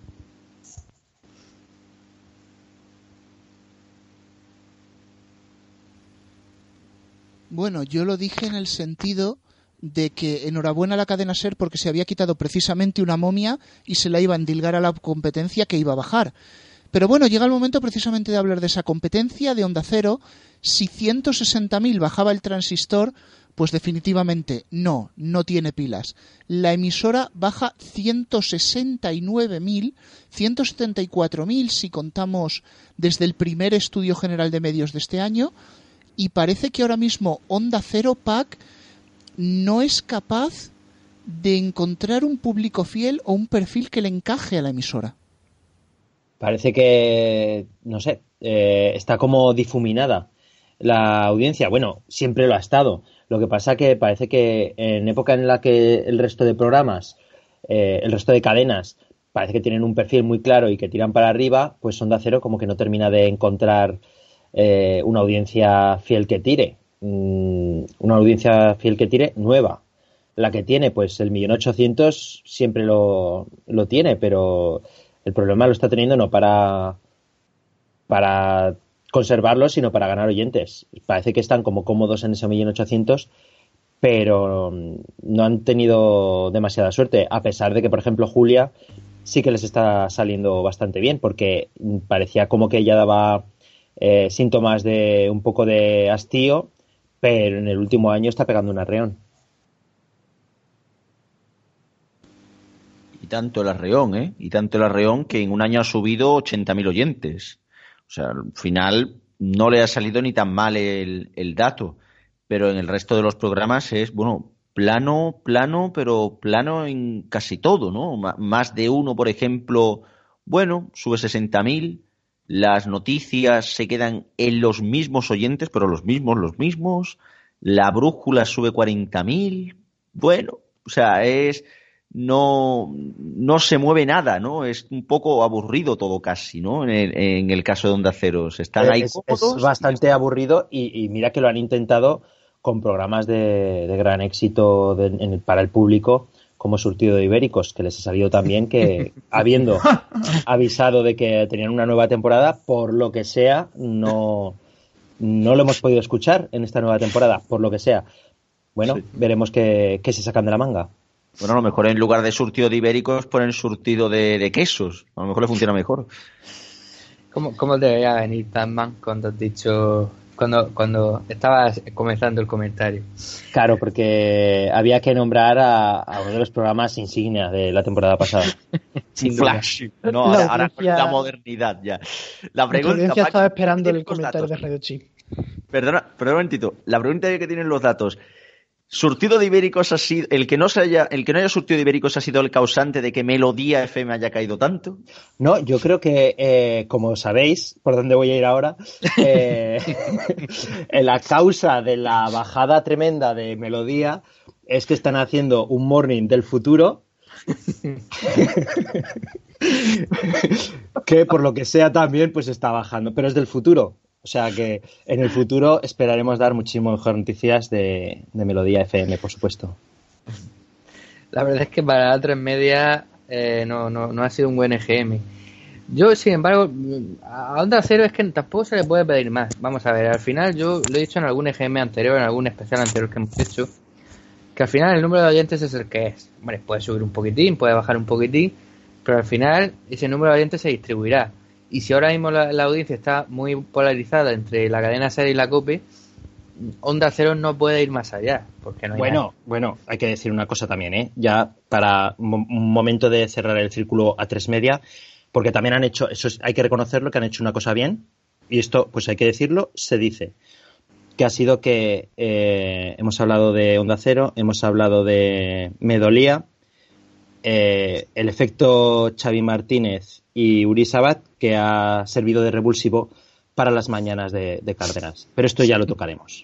Bueno, yo lo dije en el sentido de que enhorabuena a la cadena SER porque se había quitado precisamente una momia y se la iba a endilgar a la competencia que iba a bajar. Pero bueno, llega el momento precisamente de hablar de esa competencia de Onda Cero. Si ciento sesenta mil bajaba el transistor, pues definitivamente no, no tiene pilas. La emisora baja ciento sesenta y nueve mil, ciento setenta y cuatro mil si contamos desde el primer estudio general de medios de este año, y parece que ahora mismo Onda Cero Pack no es capaz de encontrar un público fiel o un perfil que le encaje a la emisora. Parece que, no sé, eh, está como difuminada la audiencia. Bueno, siempre lo ha estado. Lo que pasa que parece que en época en la que el resto de programas, eh, el resto de cadenas, parece que tienen un perfil muy claro y que tiran para arriba, pues Onda Cero como que no termina de encontrar eh, una audiencia fiel que tire. Mm, una audiencia fiel que tire nueva. La que tiene, pues el millón ochocientos siempre lo, lo tiene, pero el problema lo está teniendo no para, para conservarlo, sino para ganar oyentes. Parece que están como cómodos en ese millón ochocientos, pero no han tenido demasiada suerte, a pesar de que, por ejemplo, Julia sí que les está saliendo bastante bien, porque parecía como que ella daba eh, síntomas de un poco de hastío, pero en el último año está pegando un arreón. Y tanto el arreón, ¿eh? Y tanto el arreón que en un año ha subido ochenta mil oyentes. O sea, al final no le ha salido ni tan mal el, el dato. Pero en el resto de los programas es, bueno, plano, plano, pero plano en casi todo, ¿no? M- más de uno, por ejemplo, bueno, sube sesenta mil. Las noticias se quedan en los mismos oyentes, pero los mismos, los mismos. La brújula sube cuarenta mil. Bueno, o sea, es... No, no se mueve nada, ¿no? Es un poco aburrido todo casi, ¿no? En el, en el caso de Onda Cero. Están ahí es, cómodos. es bastante aburrido y, y mira que lo han intentado con programas de, de gran éxito de, en, para el público, como Surtido de Ibéricos, que les ha salido también que, habiendo avisado de que tenían una nueva temporada, por lo que sea, no, no lo hemos podido escuchar en esta nueva temporada, por lo que sea. Bueno, sí. Veremos qué, qué se sacan de la manga. Bueno, a lo mejor en lugar de surtido de ibéricos ponen surtido de, de quesos. A lo mejor le funciona mejor. ¿Cómo, cómo debería venir Batman cuando has dicho, cuando, cuando estabas comenzando el comentario? Claro, porque había que nombrar a, a uno de los programas insignia de la temporada pasada. Sin Flash. No, ahora, la, ahora con la modernidad ya. La pregunta, la audiencia estaba esperando el comentario datos. de Radio Chip. Perdona, perdona un momentito. La pregunta que tienen los datos. ¿Surtido de ibéricos ha sido, el que no se haya, el que no haya surtido de ibéricos ha sido el causante de que Melodía F M haya caído tanto? No, yo creo que, eh, como sabéis, por dónde voy a ir ahora, eh, la causa de la bajada tremenda de Melodía es que están haciendo un morning del futuro que por lo que sea también pues está bajando, pero es del futuro. O sea que en el futuro esperaremos dar muchísimo mejor noticias de, de Melodía F M, por supuesto. La verdad es que para la tres media eh, no, no, no ha sido un buen E G M. Yo, sin embargo, a Onda Cero es que tampoco se le puede pedir más. Vamos a ver, al final yo lo he dicho en algún E G M anterior, en algún especial anterior que hemos hecho, que al final el número de oyentes es el que es. Hombre, puede subir un poquitín, puede bajar un poquitín, pero al final ese número de oyentes se distribuirá. Y si ahora mismo la, la audiencia está muy polarizada entre la cadena SER y la COPE, Onda Cero no puede ir más allá, porque no hay Bueno, nada. bueno, hay que decir una cosa también, ¿eh? Ya para un momento de cerrar el círculo a tres media, porque también han hecho, eso es, hay que reconocerlo, que han hecho una cosa bien, y esto, pues hay que decirlo, se dice, que ha sido que eh, hemos hablado de Onda Cero, hemos hablado de Me Dolía, eh, el efecto Xavi Martínez y Uri Sabat, que ha servido de revulsivo para las mañanas de, de Cárdenas. Pero esto ya lo tocaremos.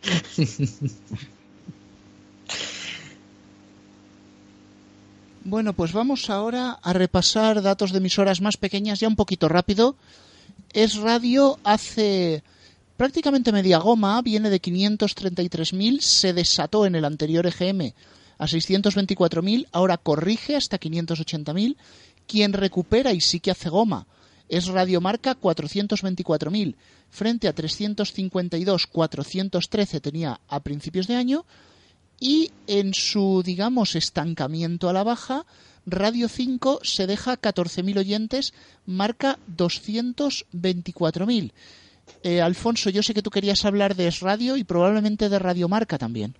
Bueno, pues vamos ahora a repasar datos de emisoras más pequeñas ya un poquito rápido. Es Radio hace prácticamente media goma, viene de quinientos treinta y tres mil, se desató en el anterior E G M a seiscientos veinticuatro mil, ahora corrige hasta quinientos ochenta mil. Quien recupera y sí que hace goma es Radio Marca, cuatrocientos veinticuatro mil, frente a trescientos cincuenta y dos, cuatrocientos trece tenía a principios de año. Y en su, digamos, estancamiento a la baja, Radio cinco se deja catorce mil oyentes, Marca doscientos veinticuatro mil. Eh, Alfonso, yo sé que tú querías hablar de Es Radio y probablemente de Radio Marca también.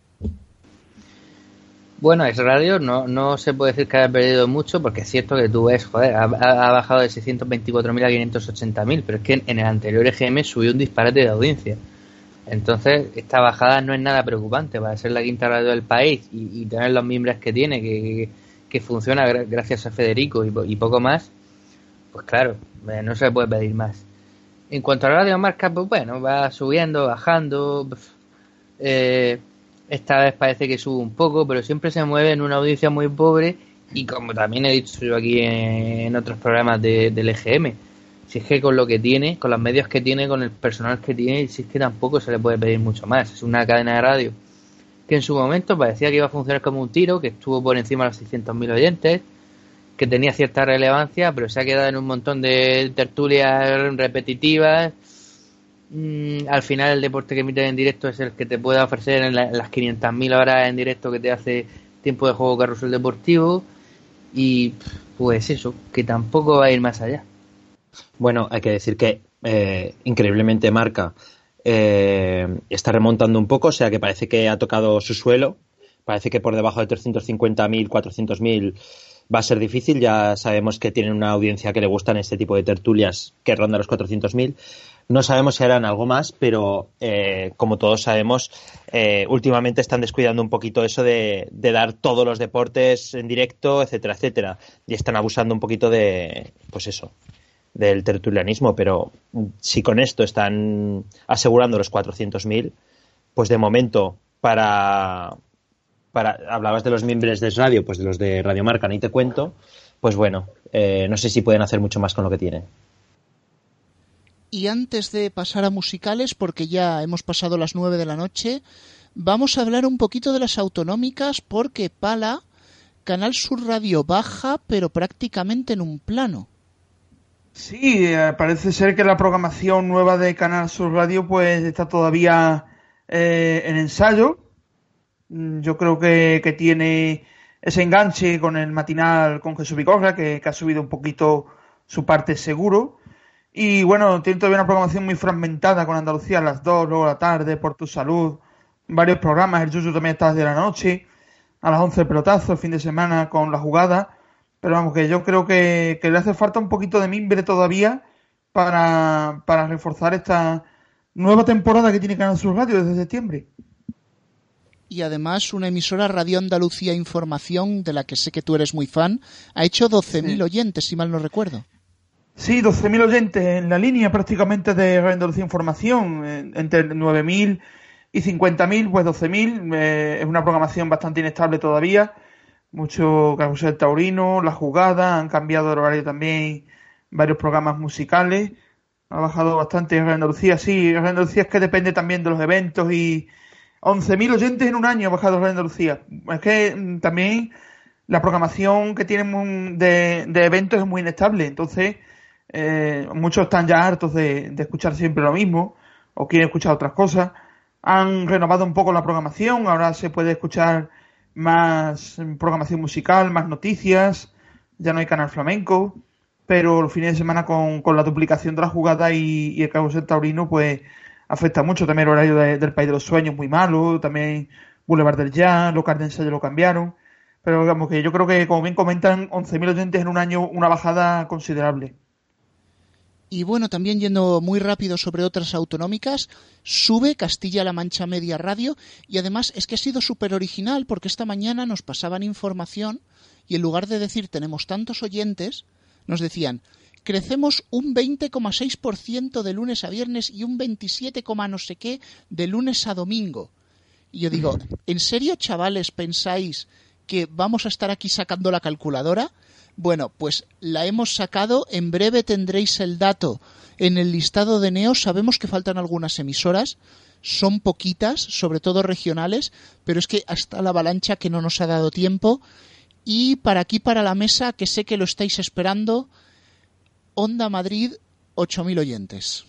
Bueno, Es Radio no, no se puede decir que haya perdido mucho, porque es cierto que tú ves, joder, ha, ha bajado de seiscientos veinticuatro mil a quinientos ochenta mil, pero es que en, en el anterior E G M subió un disparate de audiencia. Entonces, esta bajada no es nada preocupante para ser la quinta radio del país y, y tener los mimbres que tiene, que, que, que funciona gra- gracias a Federico y, y poco más, pues claro, eh, no se le puede pedir más. En cuanto a la Radio Marca, pues bueno, va subiendo, bajando. Eh, esta vez parece que sube un poco, pero siempre se mueve en una audiencia muy pobre y como también he dicho yo aquí en otros programas de, del E G M, si es que con lo que tiene, con los medios que tiene, con el personal que tiene, si es que tampoco se le puede pedir mucho más. Es una cadena de radio que en su momento parecía que iba a funcionar como un tiro, que estuvo por encima de los seiscientos mil oyentes, que tenía cierta relevancia, pero se ha quedado en un montón de tertulias repetitivas. Mm, al final el deporte que emiten en directo es el que te puede ofrecer en, la, en las quinientas mil horas en directo que te hace Tiempo de Juego Carrusel Deportivo, y pues eso, que tampoco va a ir más allá. Bueno, hay que decir que eh, increíblemente Marca eh, está remontando un poco, o sea que parece que ha tocado su suelo, parece que por debajo de trescientos cincuenta mil, cuatrocientos mil va a ser difícil. Ya sabemos que tienen una audiencia que le gustan este tipo de tertulias que ronda los cuatrocientos mil. No sabemos si harán algo más, pero eh, como todos sabemos, eh, últimamente están descuidando un poquito eso de, de dar todos los deportes en directo, etcétera, etcétera, y están abusando un poquito de, pues eso, del tertulianismo. Pero si con esto están asegurando los cuatrocientos mil, pues de momento para, para hablabas de los miembros de Radio, pues de los de Radio Marca ni te cuento, pues bueno, eh, no sé si pueden hacer mucho más con lo que tienen. Y antes de pasar a musicales, porque ya hemos pasado las nueve de la noche, vamos a hablar un poquito de las autonómicas, porque Pala, Canal Sur Radio baja, pero prácticamente en un plano. Sí, eh, parece ser que la programación nueva de Canal Sur Radio pues está todavía eh, en ensayo. Yo creo que, que tiene ese enganche con el matinal con Jesús Bigorra, que, que ha subido un poquito su parte seguro. Y bueno, tiene todavía una programación muy fragmentada con Andalucía a las dos, luego a la tarde, Por tu Salud, varios programas. El Yuyu también está desde la noche, a las once el pelotazo, el fin de semana con La Jugada. Pero vamos, que yo creo que, que le hace falta un poquito de mimbre todavía para, para reforzar esta nueva temporada que tiene Canal Sur Radio desde septiembre. y además una emisora Radio Andalucía Información, de la que sé que tú eres muy fan, ha hecho doce mil sí. oyentes, si mal no recuerdo. Sí, doce mil oyentes en la línea prácticamente de Radio Andalucía Información, entre nueve mil y cincuenta mil, pues doce mil, eh, es una programación bastante inestable todavía, mucho Carrusel Taurino, La Jugada, han cambiado el horario también varios programas musicales, ha bajado bastante Radio Andalucía, sí, Radio Andalucía es que depende también de los eventos y once mil oyentes en un año ha bajado Radio Andalucía, es que también la programación que tienen de, de eventos es muy inestable, entonces eh, muchos están ya hartos de, de escuchar siempre lo mismo o quieren escuchar otras cosas. Han renovado un poco la programación, ahora se puede escuchar más programación musical, más noticias, ya no hay canal flamenco, pero los fines de semana con, con la duplicación de La Jugada y, y el Carrusel Taurino, pues afecta mucho. También el horario de, del País de los Sueños muy malo, también Boulevard del Jazz, Local de Ensayo lo cambiaron, pero digamos que yo creo que, como bien comentan, once mil oyentes en un año, una bajada considerable. Y bueno, también yendo muy rápido sobre otras autonómicas, sube Castilla-La Mancha Media Radio y además es que ha sido súper original porque esta mañana nos pasaban información y en lugar de decir tenemos tantos oyentes, nos decían crecemos un veinte coma seis por ciento de lunes a viernes y un veintisiete, no sé qué de lunes a domingo. Y yo digo, ¿en serio, chavales, pensáis que vamos a estar aquí sacando la calculadora? Bueno, pues la hemos sacado, en breve tendréis el dato en el listado de Neo. Sabemos que faltan algunas emisoras, son poquitas, sobre todo regionales, pero es que hasta la avalancha que no nos ha dado tiempo. Y para aquí, para la mesa, que sé que lo estáis esperando, Onda Madrid, ocho mil oyentes.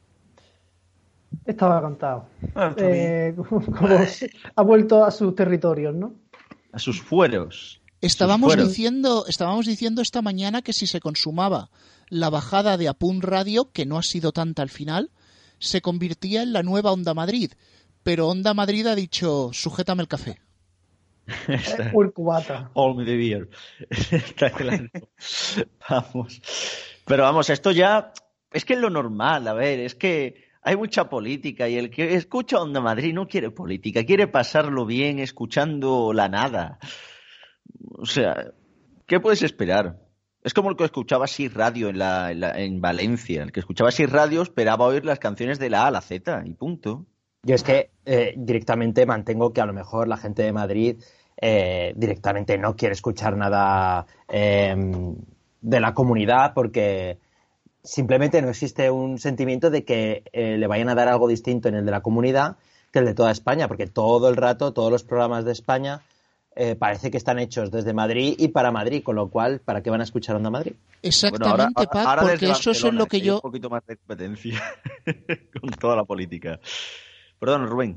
Estaba cantado. Ah, eh, como, como ha vuelto a sus territorios, ¿no? A sus fueros. Estábamos diciendo, estábamos diciendo esta mañana que si se consumaba la bajada de Apun Radio, que no ha sido tanta al final, se convertía en la nueva Onda Madrid. Pero Onda Madrid ha dicho, sujétame el café. Por cubata. All me the beer. Está claro. Vamos. Pero vamos, esto ya es que es lo normal, a ver, es que hay mucha política y el que escucha Onda Madrid no quiere política, quiere pasarlo bien escuchando la nada. O sea, ¿qué puedes esperar? Es como el que escuchaba así radio en, la, en, la, en Valencia. El que escuchaba así radio esperaba oír las canciones de la A a la Z y punto. Yo es que eh, directamente mantengo que a lo mejor la gente de Madrid eh, directamente no quiere escuchar nada eh, de la comunidad porque simplemente no existe un sentimiento de que eh, le vayan a dar algo distinto en el de la comunidad que el de toda España, porque todo el rato, todos los programas de España Eh, parece que están hechos desde Madrid y para Madrid, con lo cual, ¿para qué van a escuchar Onda Madrid? Exactamente, bueno, ahora, Pac, ahora porque eso es en lo que, que yo... un poquito más de competencia con toda la política. Perdón, Rubén.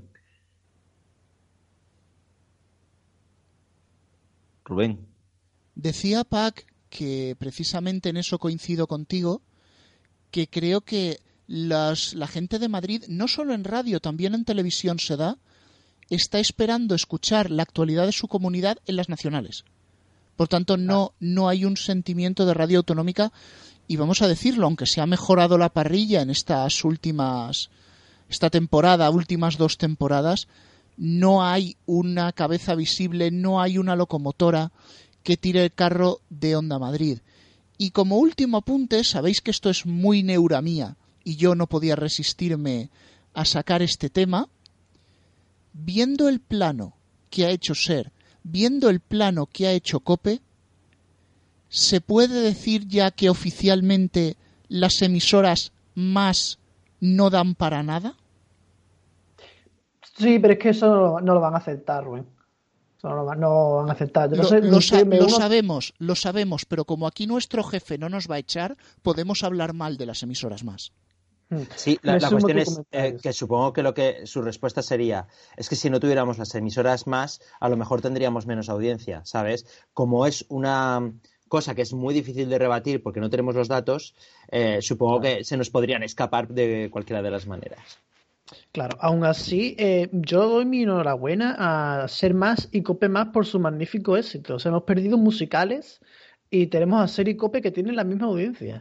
Rubén. Decía, Pac, que precisamente en eso coincido contigo, que creo que las, la gente de Madrid, no solo en radio, también en televisión se da, está esperando escuchar la actualidad de su comunidad en las nacionales. Por tanto, no, no hay un sentimiento de radio autonómica y vamos a decirlo, aunque se ha mejorado la parrilla en estas últimas, esta temporada, últimas dos temporadas, no hay una cabeza visible, no hay una locomotora que tire el carro de Onda Madrid. Y como último apunte, sabéis que esto es muy neura mía y yo no podía resistirme a sacar este tema. Viendo el plano que ha hecho SER, viendo el plano que ha hecho COPE, ¿se puede decir ya que oficialmente las emisoras más no dan para nada? Sí, pero es que eso no lo van a aceptar, Rubén. Eso no lo van, no van a aceptar. Yo no lo, sé, lo, sa- me lo uno... sabemos, lo sabemos, pero como aquí nuestro jefe no nos va a echar, podemos hablar mal de las emisoras más. Sí, la, la cuestión es eh, que supongo que lo que su respuesta sería es que si no tuviéramos las emisoras más, a lo mejor tendríamos menos audiencia, ¿sabes? Como es una cosa que es muy difícil de rebatir porque no tenemos los datos, eh, supongo claro. que se nos podrían escapar de cualquiera de las maneras. Claro, aún así, eh, yo doy mi enhorabuena a Ser Más y Cope Más por su magnífico éxito. O sea, hemos perdido musicales y tenemos a Ser y Cope que tienen la misma audiencia.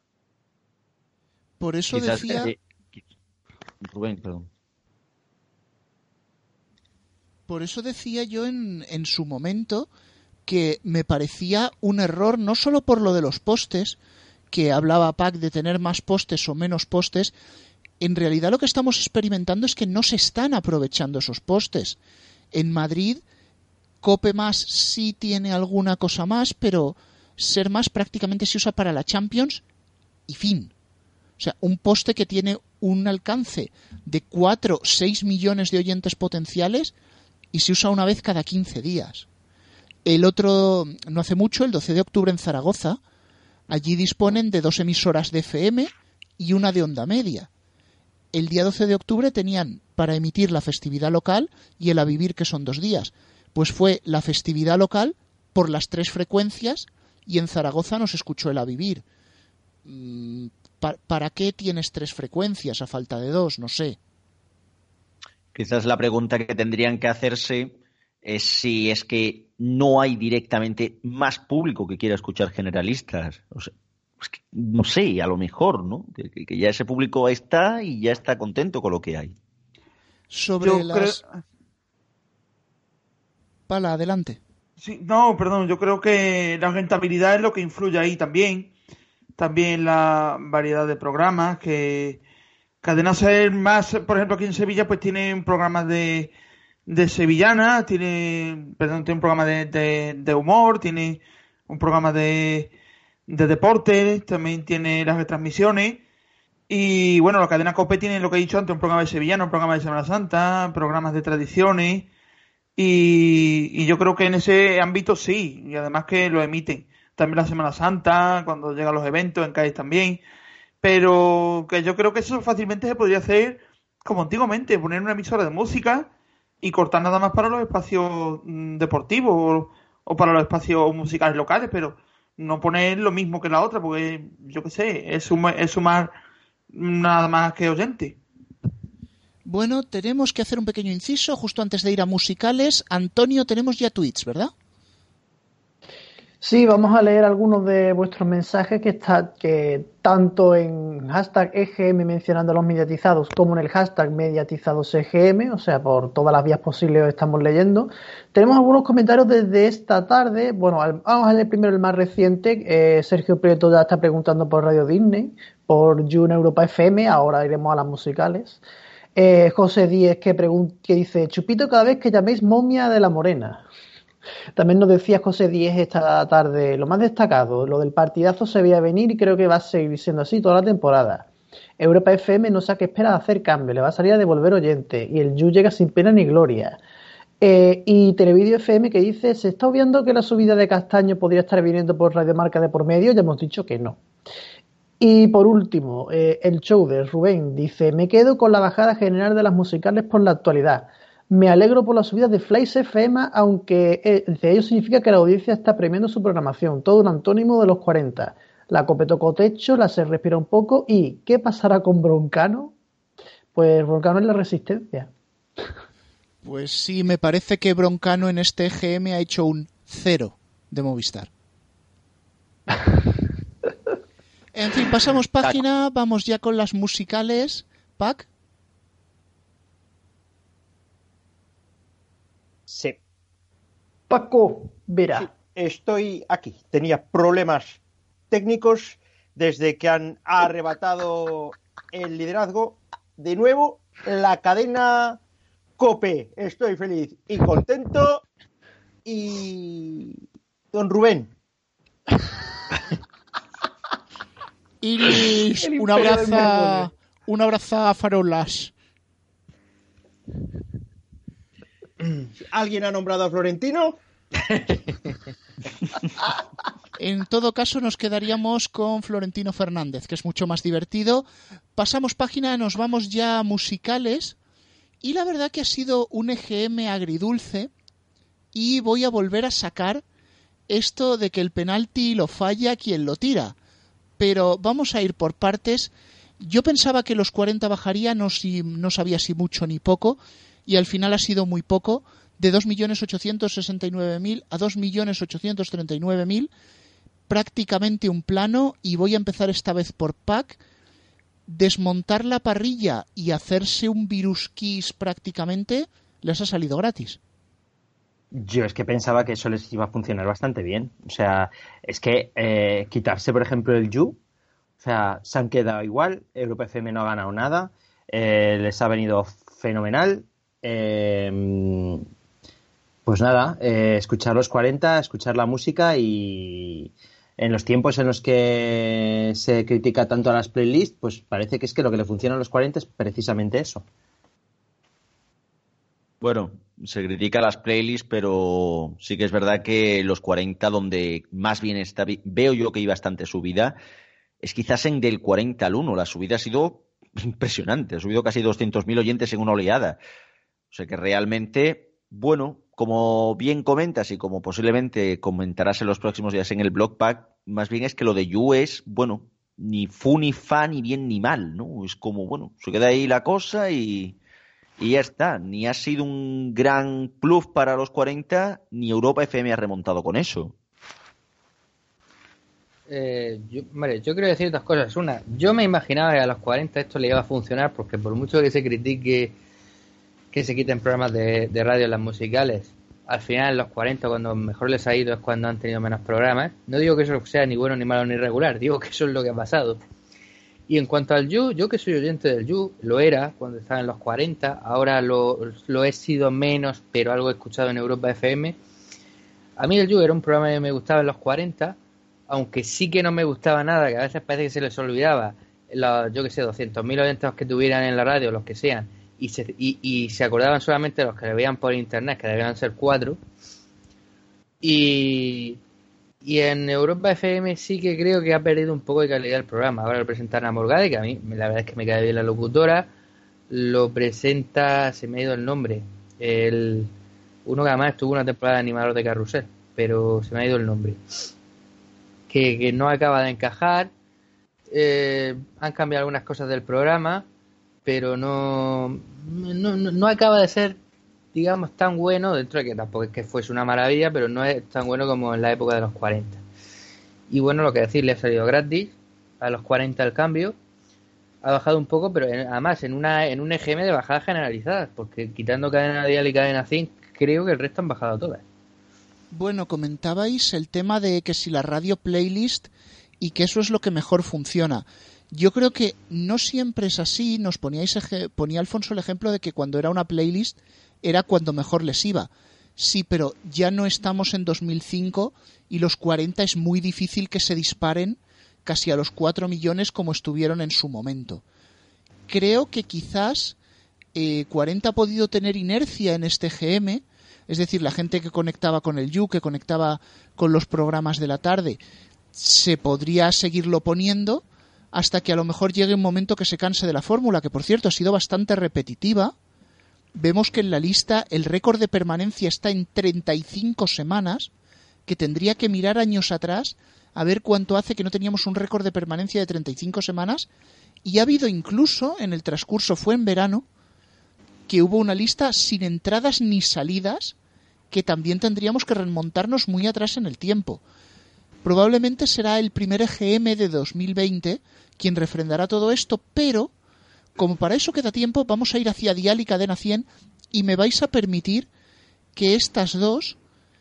Por eso Quizás, decía... eh, Rubén, perdón. Por eso decía yo en, en su momento que me parecía un error, no solo por lo de los postes, que hablaba Pac de tener más postes o menos postes. En realidad lo que estamos experimentando es que no se están aprovechando esos postes. En Madrid, Cope Más sí tiene alguna cosa más, pero Ser Más prácticamente se usa para la Champions y fin. O sea, un poste que tiene un alcance de cuatro o seis millones de oyentes potenciales y se usa una vez cada quince días. El otro, no hace mucho, el doce de octubre en Zaragoza, allí disponen de dos emisoras de F M y una de onda media. El día doce de octubre tenían para emitir la festividad local y el A Vivir, que son dos días. Pues fue la festividad local por las tres frecuencias y en Zaragoza no se escuchó el A Vivir. ¿Para qué tienes tres frecuencias a falta de dos? No sé. Quizás la pregunta que tendrían que hacerse es si es que no hay directamente más público que quiera escuchar generalistas. O sea, es que, no sé, a lo mejor, ¿no? Que, que ya ese público está y ya está contento con lo que hay. Sobre yo las... creo... Pala, adelante. Sí, no, perdón, yo creo que la rentabilidad es lo que influye ahí también. También la variedad de programas que Cadena Ser Más, por ejemplo, aquí en Sevilla, pues tiene un programa de, de sevillana, tiene, perdón, tiene un programa de, de, de humor, tiene un programa de, de deporte, también tiene las retransmisiones. Y bueno, la cadena COPE tiene lo que he dicho antes, un programa de sevillana, un programa de Semana Santa, programas de tradiciones. Y, y yo creo que en ese ámbito sí, y además que lo emiten. También la Semana Santa, cuando llegan los eventos, en Cádiz también. Pero que yo creo que eso fácilmente se podría hacer como antiguamente, poner una emisora de música y cortar nada más para los espacios mm, deportivos o, o para los espacios musicales locales, pero no poner lo mismo que la otra, porque yo qué sé, es, suma, es sumar nada más que oyente. Bueno, tenemos que hacer un pequeño inciso justo antes de ir a musicales. Antonio, tenemos ya tweets, ¿verdad? Sí, vamos a leer algunos de vuestros mensajes que está que tanto en hashtag E G M mencionando a los mediatizados como en el hashtag mediatizados E G M, o sea, por todas las vías posibles os estamos leyendo. Tenemos algunos comentarios desde esta tarde. Bueno, vamos a leer primero el más reciente. Eh, Sergio Prieto ya está preguntando por Radio Disney, por June Europa F M, ahora iremos a las musicales. Eh, José Díez que, que dice, Chupito cada vez que llaméis momia de la morena. También nos decía José Díez esta tarde, lo más destacado, lo del partidazo se veía venir y creo que va a seguir siendo así toda la temporada. Europa F M no sabe qué espera de hacer cambio, le va a salir a devolver oyente y el Yu llega sin pena ni gloria. Eh, y Televideo F M que dice, se está obviando que la subida de Castaño podría estar viniendo por Radiomarca de por medio, ya hemos dicho que no. Y por último, eh, el show de Rubén dice, me quedo con la bajada general de las musicales por la actualidad. Me alegro por la subida de Flash F M, aunque eh, de ello significa que la audiencia está premiando su programación, todo un antónimo de los cuarenta. La COPE tocó techo, la SER respira un poco y ¿qué pasará con Broncano? Pues Broncano es la resistencia. Pues sí, me parece que Broncano en este E G M ha hecho un cero de Movistar. En fin, pasamos página, vamos ya con las musicales. Pac. Sí. Paco Vera. Sí, estoy aquí. Tenía problemas técnicos desde que han arrebatado el liderazgo. De nuevo, la cadena COPE. Estoy feliz y contento. Y don Rubén. Iris, un abrazo, un abrazo a Farolas. ¿Alguien ha nombrado a Florentino? En todo caso nos quedaríamos con Florentino Fernández, que es mucho más divertido. Pasamos página, nos vamos ya a musicales. Y la verdad que ha sido un E G M agridulce. Y voy a volver a sacar esto de que el penalti lo falla quien lo tira. Pero vamos a ir por partes. Yo pensaba que los cuarenta bajaría, no, si, no sabía si mucho ni poco. Y al final ha sido muy poco, de dos millones ochocientos sesenta y nueve mil a dos millones ochocientos treinta y nueve mil, prácticamente un plano, y voy a empezar esta vez por Pac. Desmontar la parrilla y hacerse un virus kiss prácticamente les ha salido gratis. Yo es que pensaba que eso les iba a funcionar bastante bien. O sea, es que eh, quitarse, por ejemplo, el You, o sea, se han quedado igual, Europa F M no ha ganado nada, eh, les ha venido fenomenal. Eh, pues nada, eh, escuchar los cuarenta, escuchar la música y en los tiempos en los que se critica tanto a las playlists, pues parece que es que lo que le funciona a los cuarenta es precisamente eso. Bueno, se critica las playlists, pero sí que es verdad que los cuarenta, donde más bien está, veo yo que hay bastante subida, es quizás en del cuarenta al uno. La subida ha sido impresionante, ha subido casi doscientos mil oyentes en una oleada. O sea que realmente, bueno, como bien comentas y como posiblemente comentarás en los próximos días en el Blogpack, más bien es que lo de You es, bueno, ni fu ni fa, ni bien ni mal, ¿no? Es como, bueno, se queda ahí la cosa y... Y ya está, ni ha sido un gran plus para los cuarenta, ni Europa F M ha remontado con eso. Eh, yo, vale, yo quiero decir dos cosas. Una, yo me imaginaba que a los cuarenta esto le iba a funcionar porque por mucho que se critique que se quiten programas de, de radio en las musicales, al final en los cuarenta cuando mejor les ha ido es cuando han tenido menos programas. No digo que eso sea ni bueno, ni malo, ni regular, digo que eso es lo que ha pasado. Y en cuanto al You, yo que soy oyente del You, lo era cuando estaba en los cuarenta, ahora lo, lo he sido menos, pero algo he escuchado en Europa F M. A mí el You era un programa que me gustaba en los cuarenta, aunque sí que no me gustaba nada, que a veces parece que se les olvidaba, los, yo que sé, doscientos mil oyentes que tuvieran en la radio, los que sean, y se, y, y se acordaban solamente de los que le veían por internet, que debían ser cuatro. Y... Y en Europa F M sí que creo que ha perdido un poco de calidad el programa. Ahora lo presenta Ana Morgade, que a mí la verdad es que me cae bien la locutora. Lo presenta, se me ha ido el nombre, el uno que además estuvo una temporada de animador de Carrusel, pero se me ha ido el nombre. Que, que no acaba de encajar. Eh, han cambiado algunas cosas del programa, pero no, no, no, no acaba de ser, digamos, tan bueno, dentro de que tampoco es que fuese una maravilla, pero no es tan bueno como en la época de los cuarenta. Y bueno, lo que decir, le ha salido gratis a los cuarenta el cambio, ha bajado un poco, pero en, además en una en un E G M de bajada generalizada, porque quitando Cadena Dial y Cadena cien, creo que el resto han bajado todas. Bueno, comentabais el tema de que si la radio playlist y que eso es lo que mejor funciona. Yo creo que no siempre es así. Nos poníais ponía Alfonso el ejemplo de que cuando era una playlist era cuando mejor les iba. Sí, pero ya no estamos en dos mil cinco y los cuarenta es muy difícil que se disparen casi a los cuatro millones como estuvieron en su momento. Creo que quizás eh, cuarenta ha podido tener inercia en este G M, es decir, la gente que conectaba con el You, que conectaba con los programas de la tarde, se podría seguirlo poniendo hasta que a lo mejor llegue un momento que se canse de la fórmula, que por cierto ha sido bastante repetitiva. Vemos que en la lista el récord de permanencia está en treinta y cinco semanas, que tendría que mirar años atrás a ver cuánto hace que no teníamos un récord de permanencia de treinta y cinco semanas, y ha habido incluso, en el transcurso, fue en verano, que hubo una lista sin entradas ni salidas, que también tendríamos que remontarnos muy atrás en el tiempo. Probablemente será el primer E G M de dos mil veinte quien refrendará todo esto, pero como para eso queda tiempo, vamos a ir hacia Dial y Cadena cien y me vais a permitir que estas dos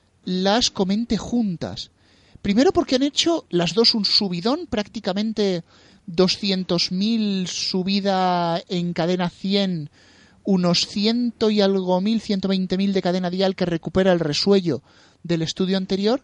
las comente juntas. Primero porque han hecho las dos un subidón, prácticamente doscientos mil subida en Cadena cien, unos ciento y algo mil, ciento veinte mil de Cadena Dial, que recupera el resuello del estudio anterior.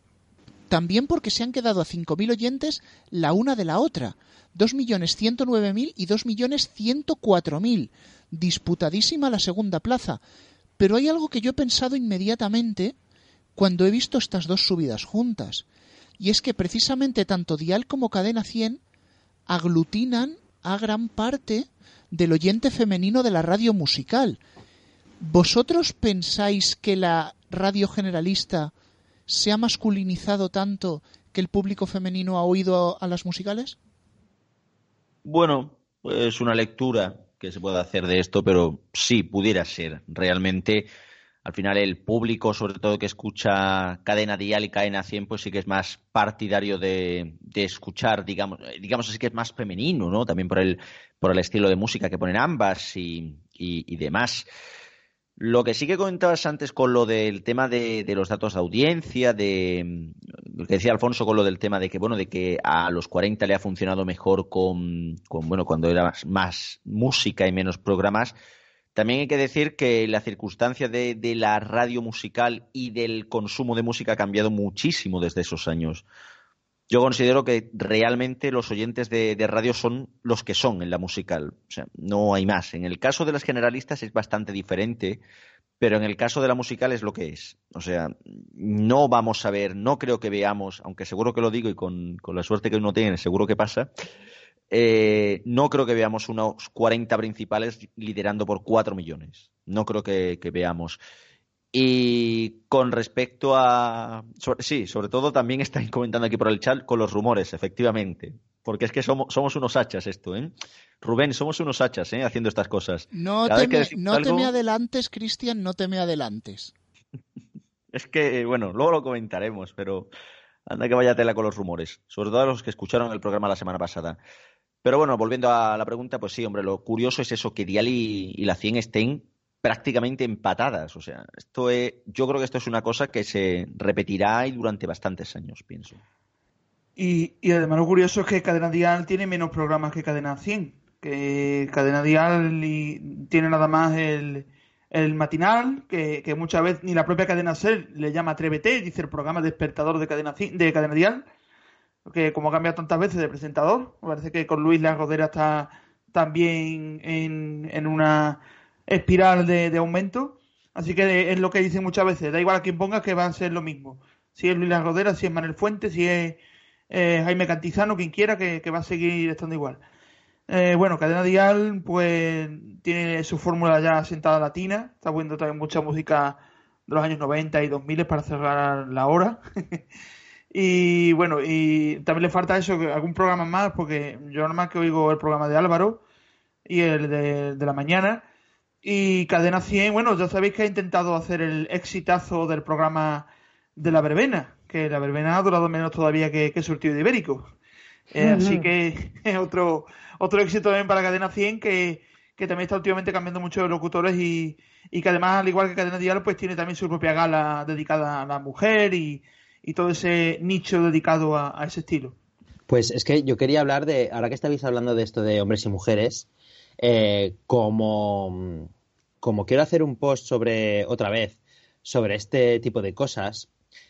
También porque se han quedado a cinco mil oyentes la una de la otra. dos millones ciento nueve mil y dos millones ciento cuatro mil. Disputadísima la segunda plaza. Pero hay algo que yo he pensado inmediatamente cuando he visto estas dos subidas juntas. Y es que precisamente tanto Dial como Cadena cien aglutinan a gran parte del oyente femenino de la radio musical. ¿Vosotros pensáis que la radio generalista se ha masculinizado tanto que el público femenino ha oído a las musicales? Bueno, es una lectura que se puede hacer de esto, pero sí, pudiera ser. Realmente, al final, el público, sobre todo que escucha Cadena Dial y Cadena cien, pues sí que es más partidario de, de escuchar, digamos, digamos así que es más femenino, ¿no? También por el, por el estilo de música que ponen ambas y, y, y demás. Lo que sí que comentabas antes con lo del tema de, de los datos de audiencia, de lo que decía Alfonso con lo del tema de que bueno, de que a los cuarenta le ha funcionado mejor con, con bueno, cuando era más, más música y menos programas. También hay que decir que la circunstancia de, de la radio musical y del consumo de música ha cambiado muchísimo desde esos años. Yo considero que realmente los oyentes de, de radio son los que son en la musical. O sea, no hay más. En el caso de las generalistas es bastante diferente, pero en el caso de la musical es lo que es. O sea, no vamos a ver, no creo que veamos, aunque seguro que lo digo y con, con la suerte que uno tiene, seguro que pasa, eh, no creo que veamos unos cuarenta principales liderando por cuatro millones. No creo que, que veamos. Y con respecto a... Sobre, sí, sobre todo también estáis comentando aquí por el chat con los rumores, efectivamente. Porque es que somos, somos unos hachas esto, ¿eh? Rubén, somos unos hachas, ¿eh? Haciendo estas cosas. No, te me, no algo... te me adelantes, Cristian, no te me adelantes. Es que, bueno, luego lo comentaremos, pero anda que vaya tela con los rumores. Sobre todo a los que escucharon el programa la semana pasada. Pero bueno, volviendo a la pregunta, pues sí, hombre, lo curioso es eso, que Dial y, y la cien estén prácticamente empatadas. O sea, esto es, yo creo que esto es una cosa que se repetirá y durante bastantes años, pienso. Y, y además lo curioso es que Cadena Dial tiene menos programas que Cadena cien. Que Cadena Dial y tiene nada más el, el matinal, que, que muchas veces ni la propia Cadena Ser le llama Atrévete, dice el programa despertador de Cadena, de Cadena Dial, que como ha cambiado tantas veces de presentador, me parece que con Luis La Rodera está también en, en una espiral de, de aumento, así que es lo que dicen muchas veces, da igual a quien ponga que va a ser lo mismo, si es Luis La Rodera, si es Manuel Fuentes, si es eh, Jaime Cantizano, quien quiera, que, que va a seguir estando igual. Eh, bueno, Cadena Dial pues tiene su fórmula ya sentada latina, está poniendo también mucha música de los años noventa y dos mil para cerrar la hora. Y bueno, y también le falta eso, algún programa más, porque yo nada más que oigo el programa de Álvaro y el de, de la mañana. Y Cadena cien, bueno, ya sabéis que ha intentado hacer el exitazo del programa de La Verbena, que La Verbena ha durado menos todavía que, que Surtido de Ibérico. Eh, uh-huh. Así que es otro, otro éxito también para Cadena cien, que, que también está últimamente cambiando mucho de locutores y, y que además, al igual que Cadena Dial, pues tiene también su propia gala dedicada a la mujer y, y todo ese nicho dedicado a, a ese estilo. Pues es que yo quería hablar de, ahora que estabais hablando de esto de hombres y mujeres, eh, como, como quiero hacer un post sobre, otra vez, sobre este tipo de cosas,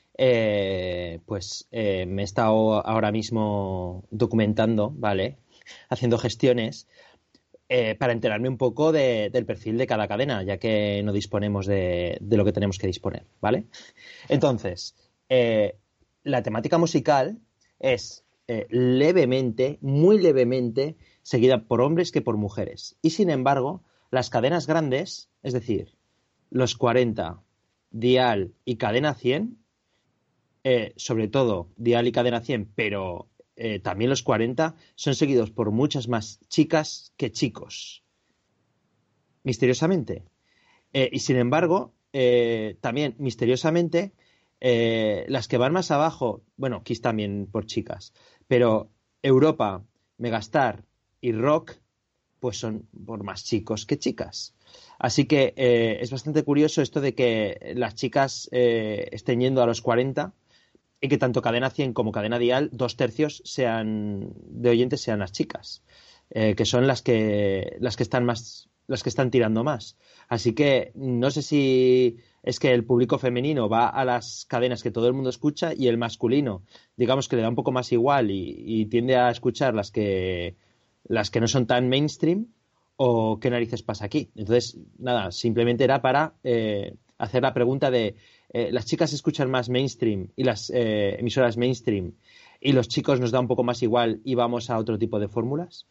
eh, pues eh, me he estado ahora mismo documentando, ¿vale? Haciendo gestiones eh, para enterarme un poco de, del perfil de cada cadena, ya que no disponemos de, de lo que tenemos que disponer, ¿vale? Entonces, eh, la temática musical es eh, levemente, muy levemente, seguida por hombres que por mujeres. Y sin embargo, las cadenas grandes, es decir, los cuarenta, Dial y Cadena cien, eh, sobre todo Dial y Cadena cien, pero eh, también los cuarenta, son seguidos por muchas más chicas que chicos. Misteriosamente. Eh, y sin embargo, eh, también misteriosamente, eh, las que van más abajo, bueno, Kiss también por chicas, pero Europa, Megastar y Rock, pues son por más chicos que chicas. Así que eh, es bastante curioso esto de que las chicas eh, estén yendo a los cuarenta y que tanto Cadena cien como Cadena Dial, dos tercios sean de oyentes sean las chicas, eh, que son las que las que están más, las que están tirando más. Así que no sé si es que el público femenino va a las cadenas que todo el mundo escucha y el masculino, digamos que le da un poco más igual y, y tiende a escuchar las que las que no son tan mainstream, o qué narices pasa aquí. Entonces, nada, simplemente era para eh, hacer la pregunta de eh, las chicas escuchan más mainstream y las eh, emisoras mainstream y los chicos nos da un poco más igual y vamos a otro tipo de fórmulas.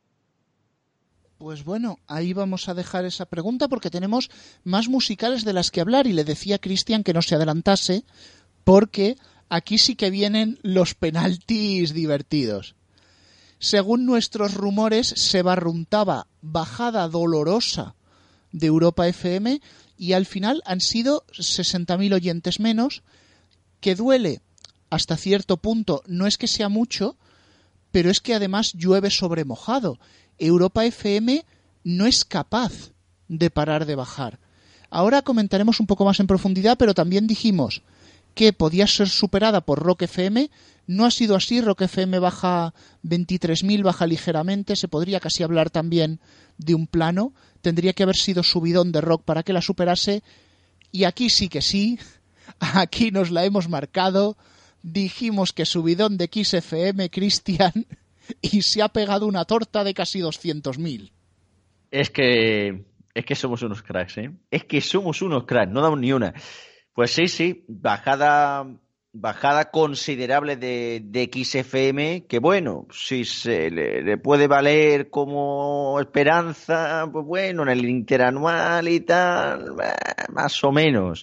Pues bueno, ahí vamos a dejar esa pregunta porque tenemos más musicales de las que hablar y le decía a Cristian que no se adelantase porque aquí sí que vienen los penaltis divertidos. Según nuestros rumores, se barruntaba bajada dolorosa de Europa F M y al final han sido sesenta mil oyentes menos, que duele hasta cierto punto. No es que sea mucho, pero es que además llueve sobre mojado. Europa F M no es capaz de parar de bajar. Ahora comentaremos un poco más en profundidad, pero también dijimos que podía ser superada por Rock F M. No ha sido así, Rock F M baja veintitrés mil, baja ligeramente, se podría casi hablar también de un plano. Tendría que haber sido subidón de Rock para que la superase. Y aquí sí que sí, aquí nos la hemos marcado. Dijimos que subidón de Kiss F M, Cristian, y se ha pegado una torta de casi doscientos mil. Es que, es que somos unos cracks, ¿eh? Es que somos unos cracks, no damos ni una. Pues sí, sí, bajada, bajada considerable de, de Kiss F M, que bueno, si se le, le puede valer como esperanza, pues bueno, en el interanual y tal, más o menos.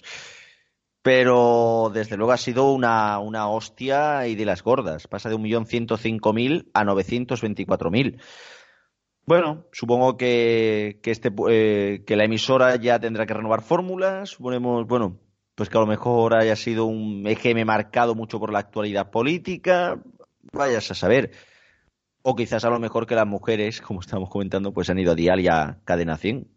Pero desde luego ha sido una, una hostia y de las gordas. Pasa de un millón ciento cinco mil a novecientos veinticuatro mil. Bueno, supongo que, que, este, eh, que la emisora ya tendrá que renovar fórmulas. Suponemos, bueno, pues que a lo mejor haya sido un E G M marcado mucho por la actualidad política. Vayas a saber. O quizás a lo mejor que las mujeres, como estamos comentando, pues han ido a Dial y a Cadena cien.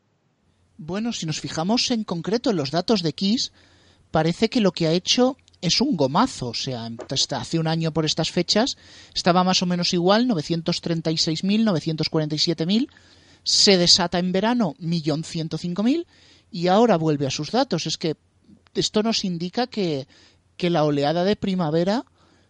Bueno, si nos fijamos en concreto en los datos de Kiss, parece que lo que ha hecho es un gomazo. O sea, hasta hace un año por estas fechas estaba más o menos igual, novecientos treinta y seis mil, novecientos cuarenta y siete mil. Se desata en verano, un millón ciento cinco mil, y ahora vuelve a sus datos. Es que esto nos indica que, que la oleada de primavera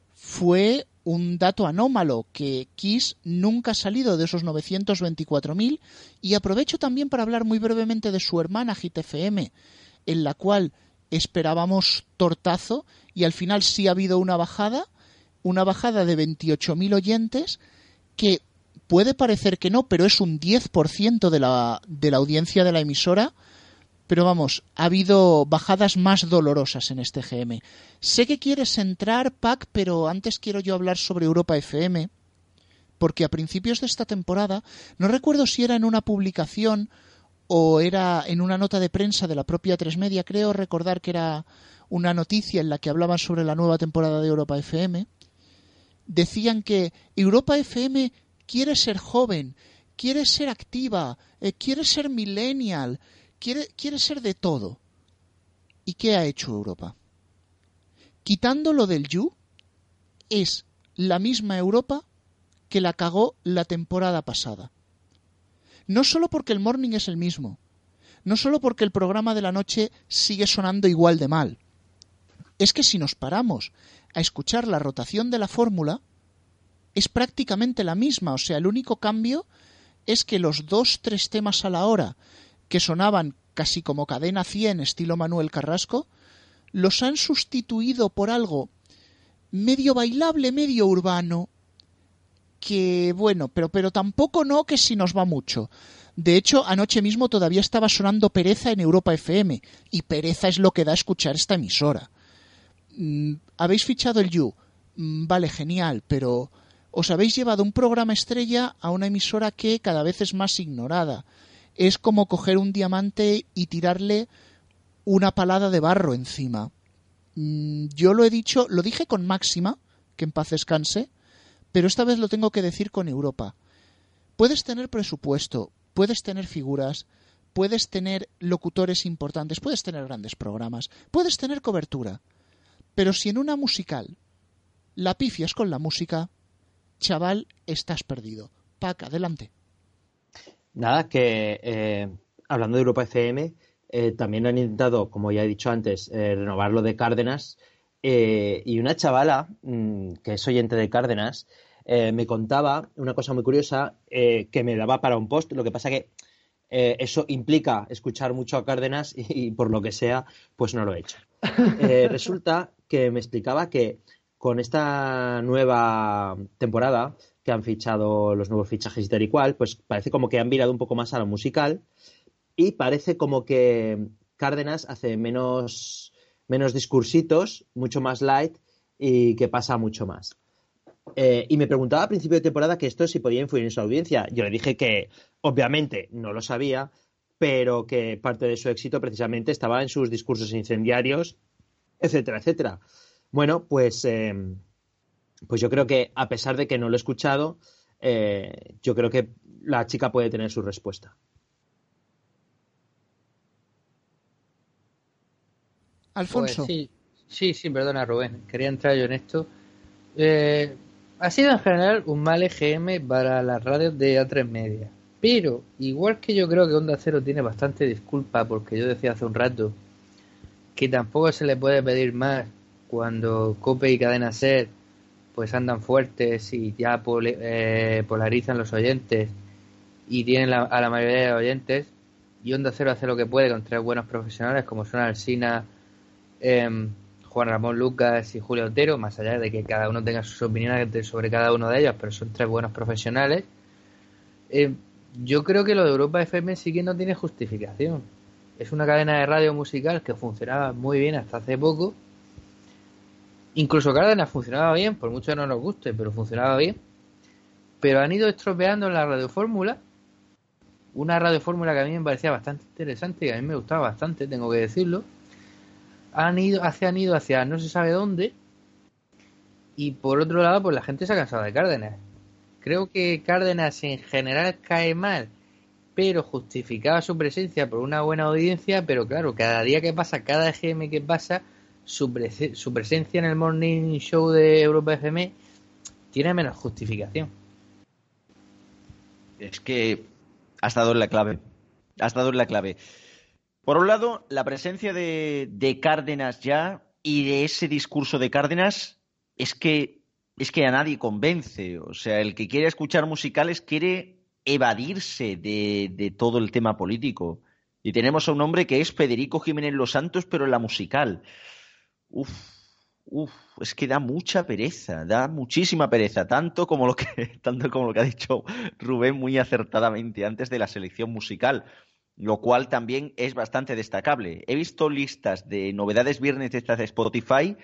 fue un dato anómalo, que Kiss nunca ha salido de esos novecientos veinticuatro mil. Y aprovecho también para hablar muy brevemente de su hermana Hit F M, en la cual esperábamos tortazo y al final sí ha habido una bajada, una bajada de veintiocho mil oyentes, que puede parecer que no, pero es un diez por ciento de la, de la audiencia de la emisora. Pero vamos, ha habido bajadas más dolorosas en este G M. Sé que quieres entrar, Pac, pero antes quiero yo hablar sobre Europa F M, porque a principios de esta temporada, no recuerdo si era en una publicación o era en una nota de prensa de la propia Tres Media, creo recordar que era una noticia en la que hablaban sobre la nueva temporada de Europa F M, decían que Europa F M quiere ser joven, quiere ser activa, eh, quiere ser millennial, quiere, quiere ser de todo. ¿Y qué ha hecho Europa? Quitando lo del You, es la misma Europa que la cagó la temporada pasada. No solo porque el morning es el mismo, no solo porque el programa de la noche sigue sonando igual de mal, es que si nos paramos a escuchar la rotación de la fórmula, es prácticamente la misma. O sea, el único cambio es que los dos, tres temas a la hora que sonaban casi como Cadena cien, estilo Manuel Carrasco, los han sustituido por algo medio bailable, medio urbano, que bueno, pero, pero tampoco no que si nos va mucho. De hecho, anoche mismo todavía estaba sonando Pereza en Europa F M, y pereza es lo que da escuchar esta emisora. Mm, ¿habéis fichado el You? Mm, vale, genial, pero os habéis llevado un programa estrella a una emisora que cada vez es más ignorada. Es como coger un diamante y tirarle una palada de barro encima. Mm, yo lo he dicho, lo dije con Máxima, que en paz descanse, pero esta vez lo tengo que decir con Europa. Puedes tener presupuesto, puedes tener figuras, puedes tener locutores importantes, puedes tener grandes programas, puedes tener cobertura, pero si en una musical la pifias con la música, chaval, estás perdido. Pac, adelante. Nada, que eh, hablando de Europa F M, eh, también han intentado, como ya he dicho antes, eh, renovar lo de Cárdenas. Eh, y una chavala, mmm, que es oyente de Cárdenas, eh, me contaba una cosa muy curiosa eh, que me daba para un post. Lo que pasa que eh, eso implica escuchar mucho a Cárdenas y, y por lo que sea, pues no lo he hecho. Eh, resulta que me explicaba que con esta nueva temporada que han fichado los nuevos fichajes y tal y cual, pues parece como que han virado un poco más a lo musical y parece como que Cárdenas hace menos... menos discursitos, mucho más light y que pasa mucho más. Eh, y me preguntaba a principio de temporada que esto si podía influir en su audiencia. Yo le dije que obviamente no lo sabía, pero que parte de su éxito precisamente estaba en sus discursos incendiarios, etcétera, etcétera. Bueno, pues, eh, pues yo creo que a pesar de que no lo he escuchado, eh, yo creo que la chica puede tener su respuesta. Alfonso. Pues sí, sí, sí, perdona Rubén, quería entrar yo en esto. Eh, ha sido en general un mal E G M para las radios de A tres Media, pero igual que yo creo que Onda Cero tiene bastante disculpa, porque yo decía hace un rato que tampoco se le puede pedir más cuando COPE y Cadena SER pues andan fuertes y ya pol- eh, polarizan los oyentes y tienen la, a la mayoría de oyentes, y Onda Cero hace lo que puede con tres buenos profesionales como son Alsina, eh, Juan Ramón Lucas y Julio Otero, más allá de que cada uno tenga sus opiniones sobre cada uno de ellos, pero son tres buenos profesionales. Eh, yo creo que lo de Europa F M sí que no tiene justificación. Es una cadena de radio musical que funcionaba muy bien hasta hace poco. Incluso Cárdenas funcionaba bien, por mucho que no nos guste, pero funcionaba bien. Pero han ido estropeando la radiofórmula. Una radiofórmula que a mí me parecía bastante interesante y a mí me gustaba bastante, tengo que decirlo. Han ido, hacia, han ido hacia no se sabe dónde. Y por otro lado, pues la gente se ha cansado de Cárdenas. Creo que Cárdenas en general cae mal, pero justificaba su presencia por una buena audiencia. Pero claro, cada día que pasa, cada E G M que pasa, su, pre- su presencia en el Morning Show de Europa F M tiene menos justificación. Es que has dado en la clave. Has dado en la clave. Por un lado, la presencia de, de Cárdenas ya y de ese discurso de Cárdenas es que, es que a nadie convence. O sea, el que quiere escuchar musicales quiere evadirse de, de todo el tema político. Y tenemos a un hombre que es Federico Jiménez Los Santos, pero en la musical. Uf, uf, es que da mucha pereza, da muchísima pereza, tanto como lo que, tanto como lo que ha dicho Rubén muy acertadamente antes de la selección musical, lo cual también es bastante destacable. He visto listas de novedades viernes de estas de Spotify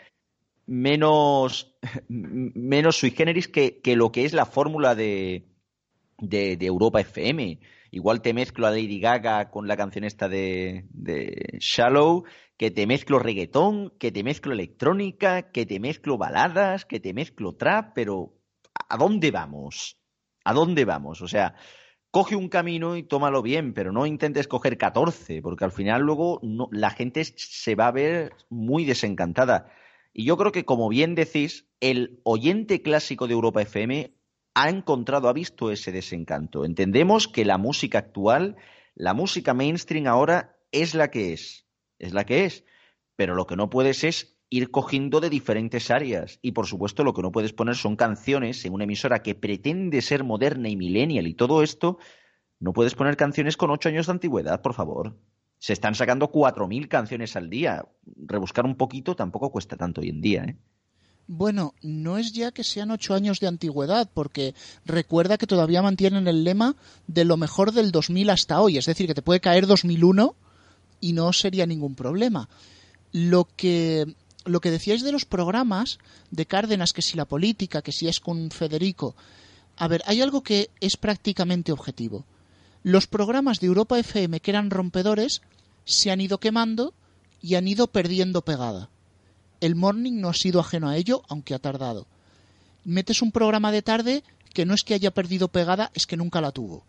menos, menos sui generis que, que lo que es la fórmula de, de, de Europa F M. Igual te mezclo a Lady Gaga con la canción esta de, de Shallow, que te mezclo reggaetón, que te mezclo electrónica, que te mezclo baladas, que te mezclo trap, pero ¿a dónde vamos? ¿A dónde vamos? O sea, coge un camino y tómalo bien, pero no intentes coger catorce, porque al final luego no, la gente se va a ver muy desencantada. Y yo creo que, como bien decís, el oyente clásico de Europa F M ha encontrado, ha visto ese desencanto. Entendemos que la música actual, la música mainstream ahora es la que es, es la que es, pero lo que no puedes es ir cogiendo de diferentes áreas. Y por supuesto lo que no puedes poner son canciones en una emisora que pretende ser moderna y millennial y todo esto. No puedes poner canciones con ocho años de antigüedad, por favor. Se están sacando cuatro mil canciones al día. Rebuscar un poquito tampoco cuesta tanto hoy en día, ¿eh? Bueno, no es ya que sean ocho años de antigüedad, porque recuerda que todavía mantienen el lema de lo mejor del dos mil hasta hoy. Es decir, que te puede caer dos mil uno y no sería ningún problema. Lo que, lo que decíais de los programas de Cárdenas, que si la política, que si es con Federico... A ver, hay algo que es prácticamente objetivo. Los programas de Europa F M que eran rompedores se han ido quemando y han ido perdiendo pegada. El Morning no ha sido ajeno a ello, aunque ha tardado. Metes un programa de tarde que no es que haya perdido pegada, es que nunca la tuvo.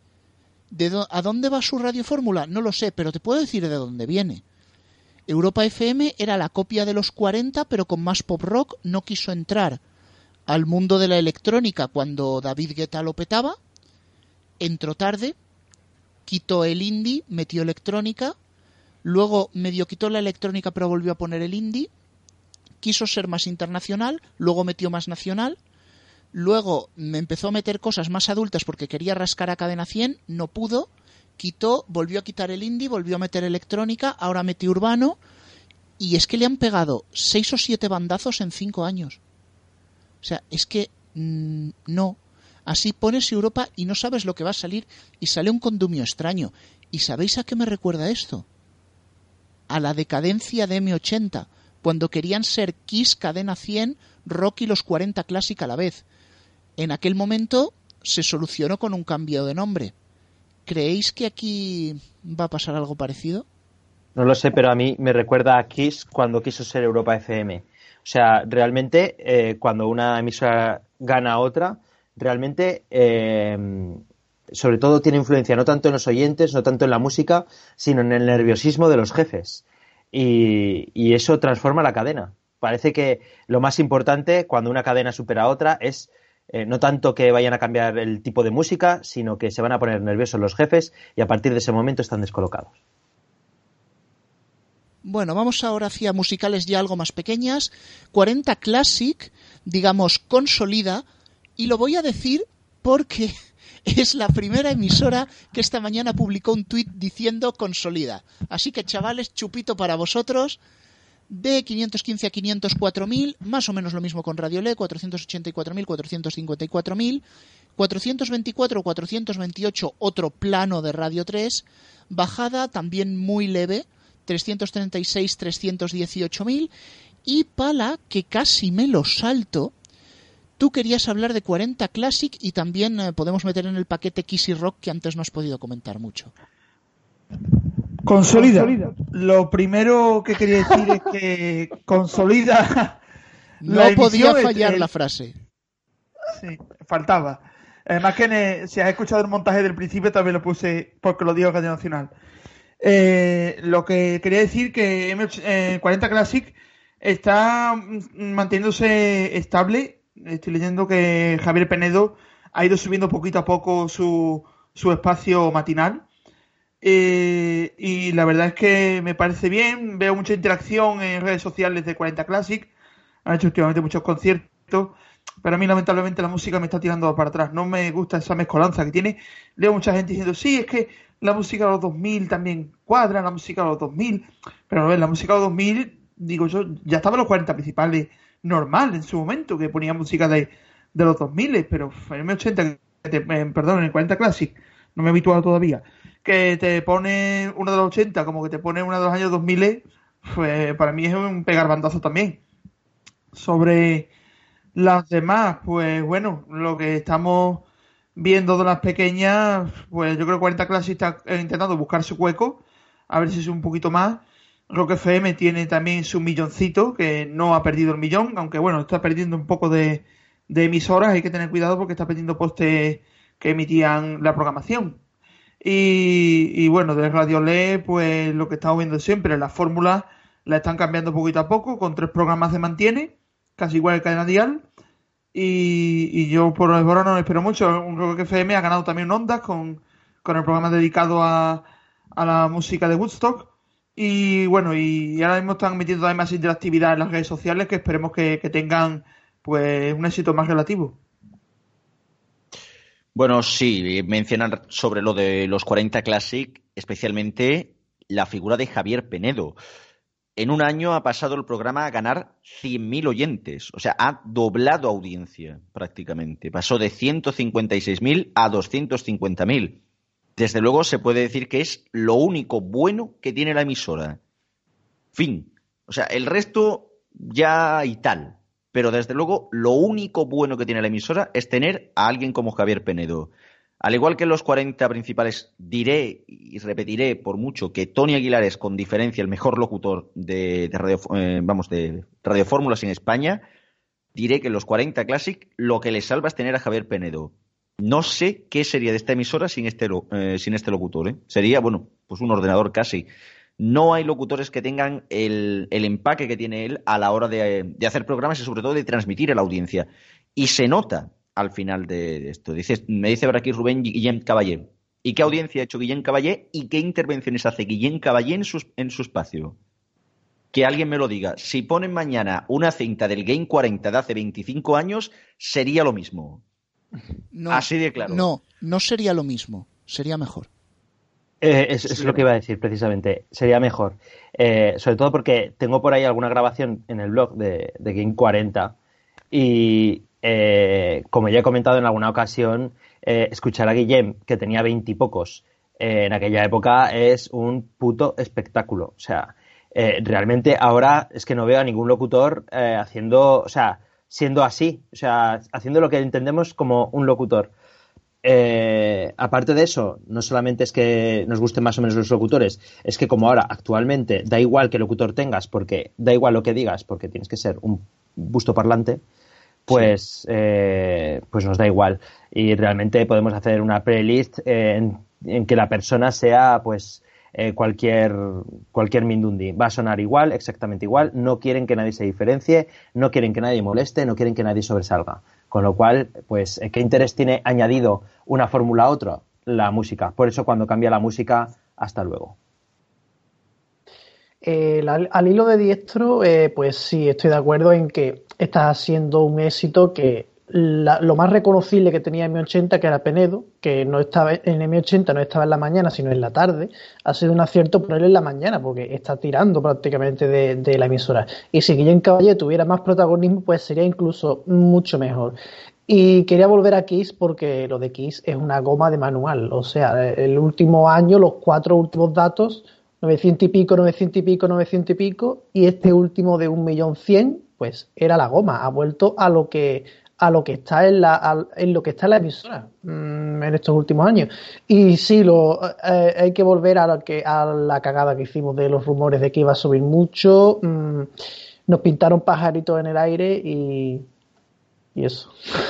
¿De do- ¿A dónde va su radiofórmula? No lo sé, pero te puedo decir de dónde viene. Europa F M era la copia de los cuarenta, pero con más pop rock. No quiso entrar al mundo de la electrónica cuando David Guetta lo petaba. Entró tarde, quitó el indie, metió electrónica, luego medio quitó la electrónica pero volvió a poner el indie. Quiso ser más internacional, luego metió más nacional, luego me empezó a meter cosas más adultas porque quería rascar a Cadena cien, no pudo, quitó, volvió a quitar el indie, volvió a meter electrónica, ahora mete urbano, y es que le han pegado seis o siete bandazos en cinco años. O sea, es que mmm, no. Así pones Europa y no sabes lo que va a salir y sale un condumio extraño. ¿Y sabéis a qué me recuerda esto? A la decadencia de eme ochenta. Cuando querían ser Kiss, Cadena cien, Rock y los cuarenta Classic a la vez. En aquel momento se solucionó con un cambio de nombre. ¿Creéis que aquí va a pasar algo parecido? No lo sé, pero a mí me recuerda a Kiss cuando quiso ser Europa F M. O sea, realmente eh, cuando una emisora gana a otra, realmente eh, sobre todo tiene influencia no tanto en los oyentes, no tanto en la música, sino en el nerviosismo de los jefes. y, y eso transforma la cadena. Parece que lo más importante cuando una cadena supera a otra es eh, no tanto que vayan a cambiar el tipo de música, sino que se van a poner nerviosos los jefes y a partir de ese momento están descolocados. Bueno, vamos ahora hacia musicales ya algo más pequeñas. cuarenta Classic, digamos, consolida, y lo voy a decir porque es la primera emisora que esta mañana publicó un tuit diciendo consolida. Así que, chavales, chupito para vosotros. De quinientos quince a quinientos cuatro mil, más o menos lo mismo con Radio Le, cuatrocientos ochenta y cuatro mil, cuatrocientos cincuenta y cuatro mil, cuatrocientos veinticuatro o cuatrocientos veintiocho, otro plano de Radio tres, bajada también muy leve, trescientos treinta y seis, trescientos dieciocho mil, y Pala, que casi me lo salto, tú querías hablar de cuarenta Classic y también eh, podemos meter en el paquete Kiss y Rock, que antes no has podido comentar mucho. Consolida. Consolida. Lo primero que quería decir es que consolida. No podía fallar el... la frase. Sí, faltaba. Además que el, si has escuchado el montaje del principio también lo puse porque lo digo Radio Nacional. Eh, lo que quería decir que M cuarenta Classic está manteniéndose estable. Estoy leyendo que Javier Penedo ha ido subiendo poquito a poco su, su espacio matinal. Eh, y la verdad es que me parece bien. Veo mucha interacción en redes sociales de cuarenta Classic. Han hecho últimamente muchos conciertos, pero a mí lamentablemente la música me está tirando para atrás. No me gusta esa mezcolanza que tiene. Leo mucha gente diciendo, sí, es que la música de los dos mil también cuadra, la música de los dos mil, pero a ver, la música de los dos mil, digo yo, ya estaban los cuarenta principales normal en su momento, que ponía música de, de los dos mil, pero en el M ochenta, te, eh, perdón, en el cuarenta Classic, no me he habituado todavía, que te pone una de los ochenta como que te pone una de los años dos mil, pues para mí es un pegar bandazo también. Sobre las demás, pues bueno, lo que estamos viendo de las pequeñas, pues yo creo que cuarenta Classic está intentando buscar su hueco, a ver si es un poquito más. Rock F M tiene también su milloncito, que no ha perdido el millón, aunque bueno, está perdiendo un poco de, de emisoras, hay que tener cuidado porque está perdiendo postes que emitían la programación. Y, y bueno, de Radio Le, pues lo que estamos viendo siempre, la fórmula la están cambiando poquito a poco, con tres programas se mantiene, casi igual que Cadena Dial. Y, y yo por ahora no espero mucho. Un Rock F M ha ganado también Ondas con, con el programa dedicado a, a la música de Woodstock. Y bueno, y ahora mismo están metiendo además interactividad en las redes sociales que esperemos que, que tengan pues un éxito más relativo. Bueno, sí, mencionan sobre lo de los cuarenta Classic, especialmente la figura de Javier Penedo. En un año ha pasado el programa a ganar cien mil oyentes, o sea, ha doblado audiencia prácticamente. Pasó de ciento cincuenta y seis mil a doscientos cincuenta mil. Desde luego se puede decir que es lo único bueno que tiene la emisora. Fin. O sea, el resto ya y tal. Pero desde luego lo único bueno que tiene la emisora es tener a alguien como Javier Penedo. Al igual que en los cuarenta principales, diré y repetiré por mucho que Tony Aguilar es con diferencia el mejor locutor de, de radio, eh, vamos, de radiofórmulas en España. Diré que en los cuarenta Classic lo que le salva es tener a Javier Penedo. No sé qué sería de esta emisora sin este, eh, sin este locutor. ¿eh? Sería, bueno, pues un ordenador casi. No hay locutores que tengan el, el empaque que tiene él a la hora de, de hacer programas y sobre todo de transmitir a la audiencia. Y se nota al final de, de esto. Dice, me dice ahora aquí Rubén Guillén Caballé. ¿Y qué audiencia ha hecho Guillén Caballé? ¿Y qué intervenciones hace Guillén Caballé en su, en su espacio? Que alguien me lo diga. Si ponen mañana una cinta del Game cuarenta de hace veinticinco años, sería lo mismo. No, así de claro. No, no sería lo mismo. Sería mejor. Eh, es, es lo que iba a decir precisamente. Sería mejor. Eh, sobre todo porque tengo por ahí alguna grabación en el blog de, de Game cuarenta y eh, como ya he comentado en alguna ocasión, eh, escuchar a Guillem, que tenía veintipocos eh, en aquella época, es un puto espectáculo. O sea, eh, realmente ahora es que no veo a ningún locutor eh, haciendo, o sea, siendo así, o sea, haciendo lo que entendemos como un locutor. Eh, aparte de eso, no solamente es que nos gusten más o menos los locutores, es que como ahora actualmente da igual qué locutor tengas, porque da igual lo que digas, porque tienes que ser un busto parlante, pues, sí. eh, pues nos da igual. Y realmente podemos hacer una playlist en, en que la persona sea, pues, eh, cualquier, cualquier Mindundi. Va a sonar igual, exactamente igual, no quieren que nadie se diferencie, no quieren que nadie moleste, no quieren que nadie sobresalga. Con lo cual, pues, ¿qué interés tiene añadido una fórmula a otra? La música. Por eso cuando cambia la música, hasta luego. Eh, al, al hilo de Diestro, eh, pues sí, estoy de acuerdo en que está siendo un éxito que la, lo más reconocible que tenía eme ochenta, que era Penedo, que no estaba en eme ochenta, no estaba en la mañana, sino en la tarde, ha sido un acierto ponerlo en la mañana, porque está tirando prácticamente de, de la emisora. Y si Guillén Caballé tuviera más protagonismo, pues sería incluso mucho mejor. Y quería volver a Kiss porque lo de Kiss es una goma de manual. O sea, el último año, los cuatro últimos datos, novecientos y pico, novecientos y pico, novecientos y pico, y este último de un millón cien, pues era la goma. Ha vuelto a lo que a lo que está en la a, en lo que está en la emisora mmm, en estos últimos años. Y sí, lo eh, hay que volver a lo que a la cagada que hicimos de los rumores de que iba a subir mucho. Mmm, nos pintaron pajaritos en el aire y y eso.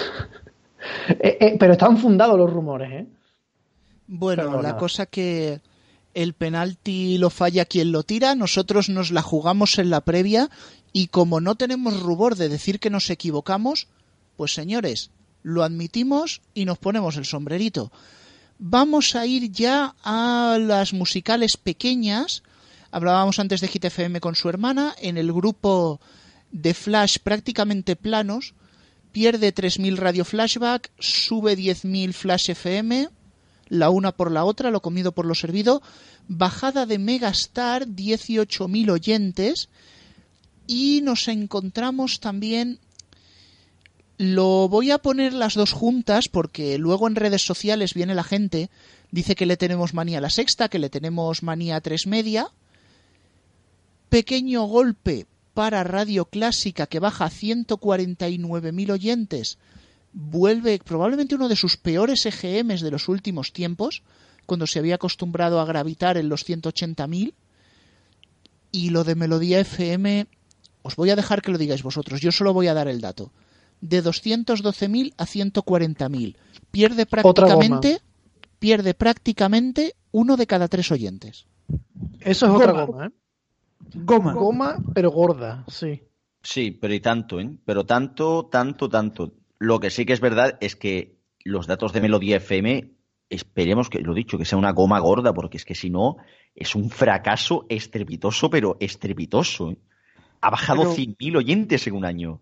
eh, eh, pero están fundados los rumores, ¿eh? Bueno, Pero la nada. cosa que el penalti lo falla quien lo tira, nosotros nos la jugamos en la previa y como no tenemos rubor de decir que nos equivocamos, pues señores, lo admitimos y nos ponemos el sombrerito. Vamos a ir ya a las musicales pequeñas. Hablábamos antes de Hit F M con su hermana, en el grupo de Flash prácticamente planos, pierde tres mil Radio Flashback, sube diez mil Flash F M, la una por la otra, lo comido por lo servido, bajada de Megastar, dieciocho mil oyentes, y nos encontramos también, lo voy a poner las dos juntas porque luego en redes sociales viene la gente, dice que le tenemos manía a La Sexta, que le tenemos manía a Tres Media, pequeño golpe para Radio Clásica que baja a ciento cuarenta y nueve mil oyentes, vuelve probablemente uno de sus peores E G Ms de los últimos tiempos, cuando se había acostumbrado a gravitar en los ciento ochenta mil, y lo de Melodía F M, os voy a dejar que lo digáis vosotros, yo solo voy a dar el dato, de doscientos doce mil a ciento cuarenta mil, pierde prácticamente, pierde prácticamente uno de cada tres oyentes. Eso es Goma. otra goma, ¿eh? Goma. Goma, pero gorda, sí. Sí, pero y tanto, ¿eh? Pero tanto, tanto, tanto. Lo que sí que es verdad es que los datos de Melodía F M, esperemos que, lo dicho, que sea una goma gorda, porque es que si no, es un fracaso estrepitoso, pero estrepitoso, ¿eh? Ha bajado Pero- cien mil oyentes en un año.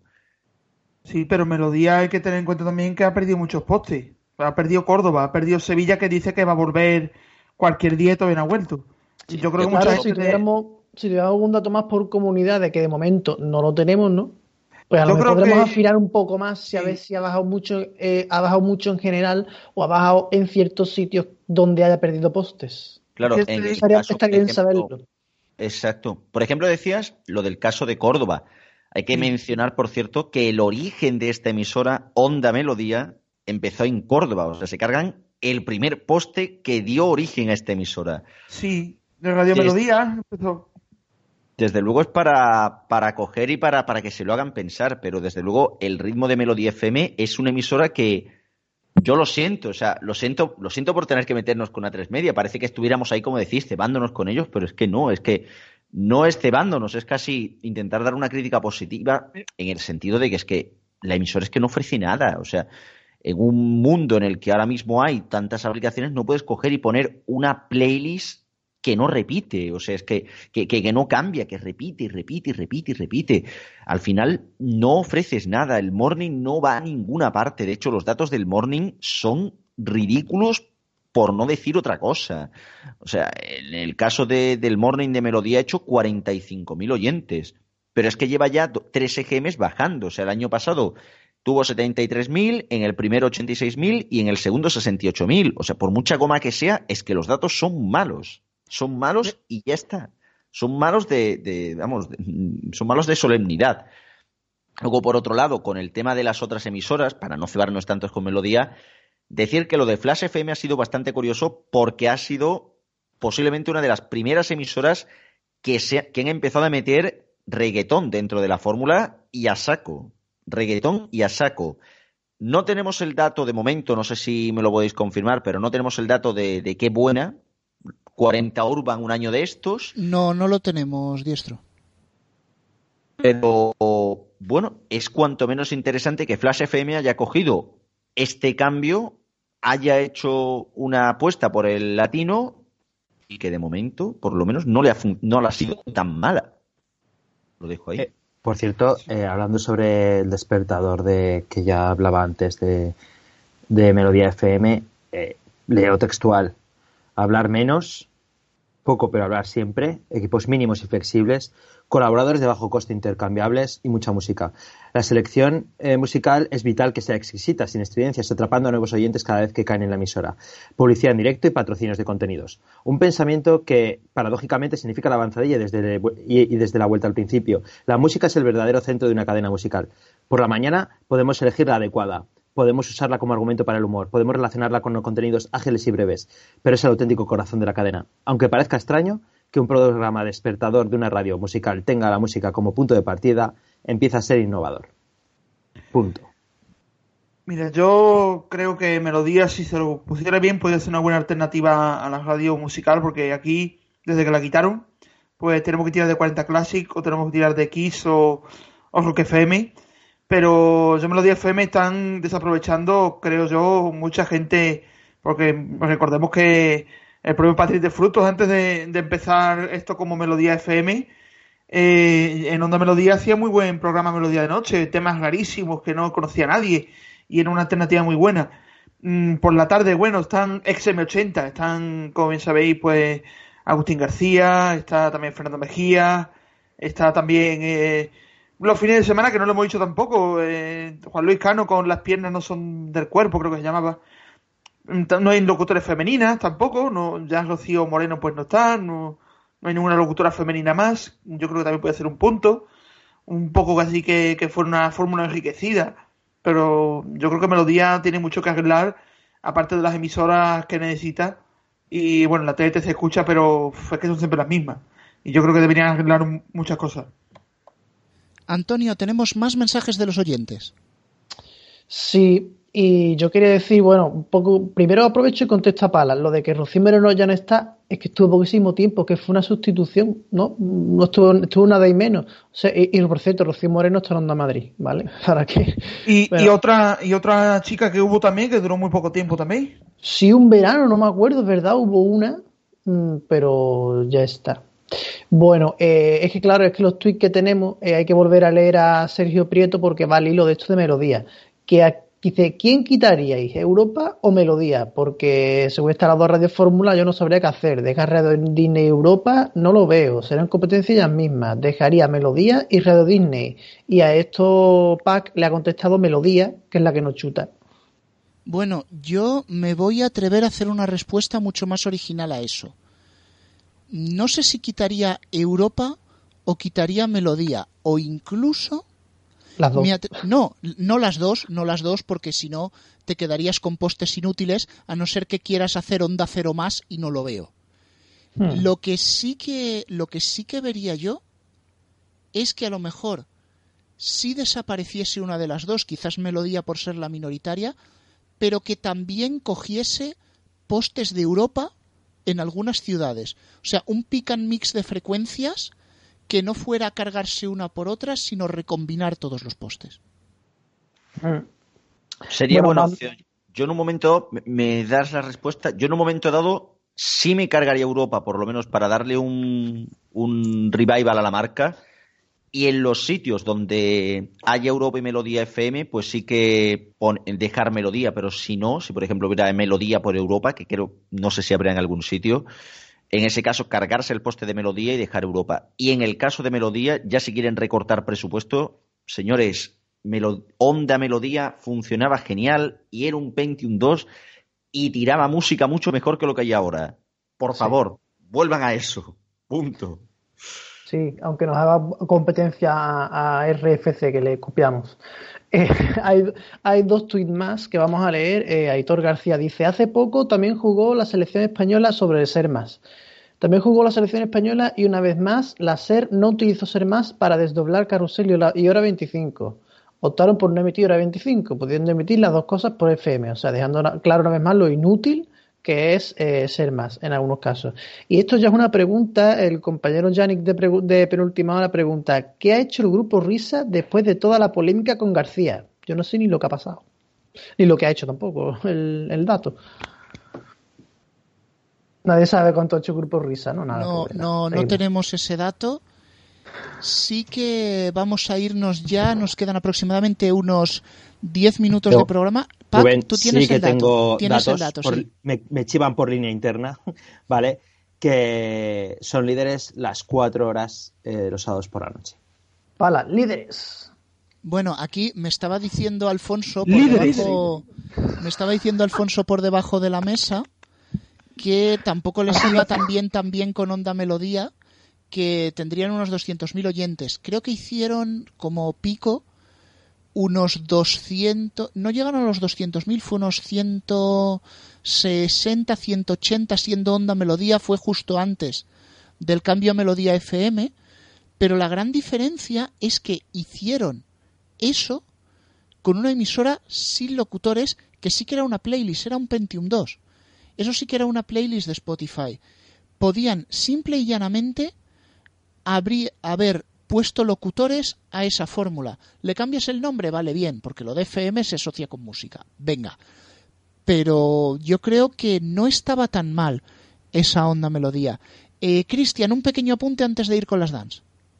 Sí, pero Melodía hay que tener en cuenta también que ha perdido muchos postes. Ha perdido Córdoba, ha perdido Sevilla, que dice que va a volver cualquier día y todavía no ha vuelto. Y yo creo que Claro, mucha si gente... tuviéramos, si tuviéramos algún dato más por comunidad, de que de momento no lo tenemos, ¿no? Pues a Yo lo mejor creo podremos que- afinar un poco más si a ver si ha bajado mucho, eh, ha bajado mucho en general o ha bajado en ciertos sitios donde haya perdido postes. Claro, Es que en el estaría, caso, estaría por bien ejemplo, saberlo. Exacto. Por ejemplo, decías lo del caso de Córdoba. Hay que mencionar, por cierto, que el origen de esta emisora, Onda Melodía, empezó en Córdoba. O sea, se cargan el primer poste que dio origen a esta emisora. Sí, de Radio Des- Melodía empezó. Desde luego es para, para coger y para, para que se lo hagan pensar, pero desde luego el ritmo de Melodía F M es una emisora que yo lo siento, o sea, lo siento, lo siento por tener que meternos con una tres media. Parece que estuviéramos ahí, como decís, cebándonos con ellos, pero es que no, es que no es cebándonos, es casi intentar dar una crítica positiva en el sentido de que es que la emisora es que no ofrece nada, o sea, en un mundo en el que ahora mismo hay tantas aplicaciones, no puedes coger y poner una playlist que no repite, o sea, es que, que, que, que no cambia, que repite y repite y repite y repite. Al final no ofreces nada, el morning no va a ninguna parte, de hecho los datos del morning son ridículos por no decir otra cosa. O sea, en el caso de, del morning de Melodía ha hecho cuarenta y cinco mil oyentes, pero es que lleva ya do- tres E G Ms bajando, o sea, el año pasado tuvo setenta y tres mil, en el primero ochenta y seis mil y en el segundo sesenta y ocho mil. O sea, por mucha goma que sea, es que los datos son malos. Son malos y ya está. Son malos de, de vamos, de- son malos de solemnidad. Luego, por otro lado, con el tema de las otras emisoras, para no cebarnos tantos con Melodía, decir que lo de Flash F M ha sido bastante curioso porque ha sido posiblemente una de las primeras emisoras que, se, que han empezado a meter reggaetón dentro de la fórmula y a saco. Reggaetón y a saco. No tenemos el dato de momento, no sé si me lo podéis confirmar, pero no tenemos el dato de, de qué buena, cuarenta Urban un año de estos. No, no lo tenemos, Diestro. Pero, bueno, es cuanto menos interesante que Flash F M haya cogido este cambio, haya hecho una apuesta por el latino y que de momento, por lo menos, no le ha, no le ha sido tan mala. Lo dejo ahí. Eh, por cierto, eh, hablando sobre el despertador de que ya hablaba antes de, de Melodía F M, eh, leo textual. Hablar menos, poco pero hablar siempre, equipos mínimos y flexibles, colaboradores de bajo coste intercambiables y mucha música. La selección eh, musical es vital que sea exquisita, sin estridencias, atrapando a nuevos oyentes cada vez que caen en la emisora. Publicidad en directo y patrocinios de contenidos. Un pensamiento que, paradójicamente, significa la avanzadilla desde, y, y desde la vuelta al principio. La música es el verdadero centro de una cadena musical. Por la mañana podemos elegir la adecuada. Podemos usarla como argumento para el humor, podemos relacionarla con contenidos ágiles y breves, pero es el auténtico corazón de la cadena. Aunque parezca extraño que un programa despertador de una radio musical tenga la música como punto de partida, empieza a ser innovador. Punto. Mira, yo creo que Melodía, si se lo pusiera bien, podría ser una buena alternativa a la radio musical, porque aquí, desde que la quitaron, pues tenemos que tirar de cuarenta Classic, o tenemos que tirar de Kiss o, o Rock F M. Pero yo Melodía F M están desaprovechando, creo yo, mucha gente, porque recordemos que el propio Patrick de Frutos, antes de, de empezar esto como Melodía F M, eh, en Onda Melodía hacía muy buen programa Melodía de Noche, temas rarísimos que no conocía nadie, y era una alternativa muy buena. Mm, por la tarde, bueno, están X M ochenta, están, como bien sabéis, pues Agustín García, está también Fernando Mejía, está también... Eh, los fines de semana, que no lo hemos dicho tampoco, eh, Juan Luis Cano con Las piernas no son del cuerpo, creo que se llamaba. No hay locutores femeninas tampoco, no, ya Rocío Moreno pues no está, no, no hay ninguna locutora femenina más. Yo creo que también puede ser un punto, un poco así que, que fuera una fórmula enriquecida, pero yo creo que Melodía tiene mucho que arreglar, aparte de las emisoras que necesita, y bueno, la T N T se escucha, pero es que son siempre las mismas, y yo creo que deberían arreglar muchas cosas. Antonio, tenemos más mensajes de los oyentes. Sí, y yo quería decir, bueno, un poco, primero aprovecho y contesto a Palas. Lo de que Rocío Moreno ya no está, es que estuvo poquísimo tiempo, que fue una sustitución, ¿no? No estuvo, estuvo nada y menos. O sea, y, y por cierto, Rocío Moreno está en Onda Madrid, ¿vale? ¿Para qué? Y, Pero, y otra y otra chica que hubo también, que duró muy poco tiempo también. Sí, un verano, no me acuerdo, es verdad, hubo una, pero ya está. Bueno, eh, es que claro, es que los tweets que tenemos, eh, hay que volver a leer a Sergio Prieto porque va al hilo de esto de Melodía. Que a, dice, ¿quién quitaríais, Europa o Melodía? Porque según están las dos radios fórmula, yo no sabría qué hacer. Dejar Radio Disney Europa, no lo veo, serán competencias ellas mismas. Dejaría Melodía y Radio Disney. Y a esto Pac le ha contestado Melodía, que es la que nos chuta. Bueno, yo me voy a atrever a hacer una respuesta mucho más original a eso. No sé si quitaría Europa o quitaría Melodía, o incluso... Las dos. Atre... No, no las dos, no las dos, porque si no te quedarías con postes inútiles, a no ser que quieras hacer Onda Cero más y no lo veo. Hmm. Lo que sí que, lo que sí que vería yo es que a lo mejor si desapareciese una de las dos, quizás Melodía por ser la minoritaria, pero que también cogiese postes de Europa en algunas ciudades. O sea, un pick and mix de frecuencias que no fuera a cargarse una por otra, sino recombinar todos los postes. Sería Bueno, buena mam- opción. Yo en un momento, me- me das la respuesta, yo en un momento dado sí me cargaría Europa, por lo menos para darle un, un revival a la marca, y en los sitios donde haya Europa y Melodía F M, pues sí que pon- dejar Melodía, pero si no, si por ejemplo hubiera Melodía por Europa, que creo, no sé si habrá en algún sitio, en ese caso cargarse el poste de Melodía y dejar Europa. Y en el caso de Melodía, ya si quieren recortar presupuesto, señores, Melo- Onda Melodía funcionaba genial y era un Pentium dos y tiraba música mucho mejor que lo que hay ahora. Por favor, vuelvan a eso. Punto. Sí, aunque nos haga competencia a, a R F C, que le copiamos. Eh, hay, hay dos tuits más que vamos a leer. Eh, Aitor García dice, hace poco también jugó la selección española sobre el Ser Más. También jugó la selección española y una vez más la SER no utilizó Ser Más para desdoblar Carrusel y, la, y Hora veinticinco. Optaron por no emitir Hora veinticinco, pudiendo emitir las dos cosas por F M. O sea, dejando claro una vez más lo inútil que es eh, ser más en algunos casos. Y esto ya es una pregunta, el compañero Yannick de, de Penúltima Hora pregunta, ¿qué ha hecho el grupo Risa después de toda la polémica con García? Yo no sé ni lo que ha pasado, ni lo que ha hecho tampoco, el, el dato. Nadie sabe cuánto ha hecho el grupo Risa, ¿no? Nada, no, pobre, no, no tenemos ese dato. Sí que vamos a irnos ya, nos quedan aproximadamente unos diez minutos Yo, de programa. Pac, Rubén, tú tienes sí que el dato. tengo Tienes datos, el dato, por, sí. me, me chivan por línea interna, ¿vale? Que son líderes las cuatro horas eh, los sábados por la noche. Pala, líderes. Bueno, aquí me estaba diciendo Alfonso por Líderes. debajo, me estaba diciendo Alfonso por debajo de la mesa que tampoco les iba tan bien, tan bien con Onda Melodía, que tendrían unos doscientos mil oyentes. Creo que hicieron como pico unos doscientos, no llegaron a los doscientos mil, fue unos ciento sesenta, ciento ochenta, siendo Onda Melodía, fue justo antes del cambio a Melodía F M, pero la gran diferencia es que hicieron eso con una emisora sin locutores, que sí que era una playlist, era un Pentium dos. Eso sí que era una playlist de Spotify. Podían simple y llanamente abrir, haber puesto locutores a esa fórmula. ¿Le cambias el nombre? Vale, bien, porque lo de F M se asocia con música. Venga. Pero yo creo que no estaba tan mal esa Onda Melodía. Eh, Cristian, un pequeño apunte antes de ir con las dance.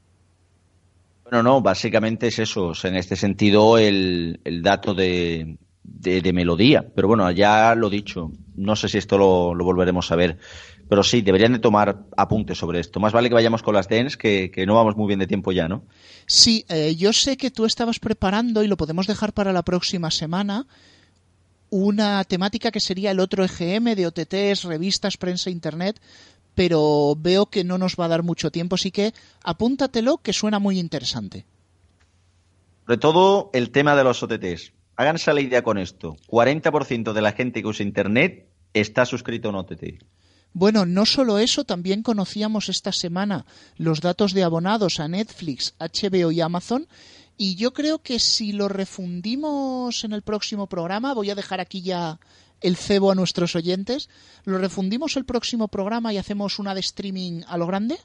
Bueno, no, básicamente es eso. O sea, en este sentido, el, el dato de, de, de melodía. Pero bueno, ya lo dicho. No sé si esto lo, lo volveremos a ver. Pero sí, deberían de tomar apuntes sobre esto. Más vale que vayamos con las dance, que, que no vamos muy bien de tiempo ya, ¿no? Sí, eh, yo sé que tú estabas preparando, y lo podemos dejar para la próxima semana, una temática que sería el otro E G M de O T Ts, revistas, prensa, internet, pero veo que no nos va a dar mucho tiempo, así que apúntatelo, que suena muy interesante. Sobre todo el tema de los O T Ts. Háganse la idea con esto. cuarenta por ciento de la gente que usa internet está suscrito a un O T T. Bueno, no solo eso, también conocíamos esta semana los datos de abonados a Netflix, H B O y Amazon, y yo creo que si lo refundimos en el próximo programa, voy a dejar aquí ya el cebo a nuestros oyentes, lo refundimos el próximo programa y hacemos una de streaming a lo grande.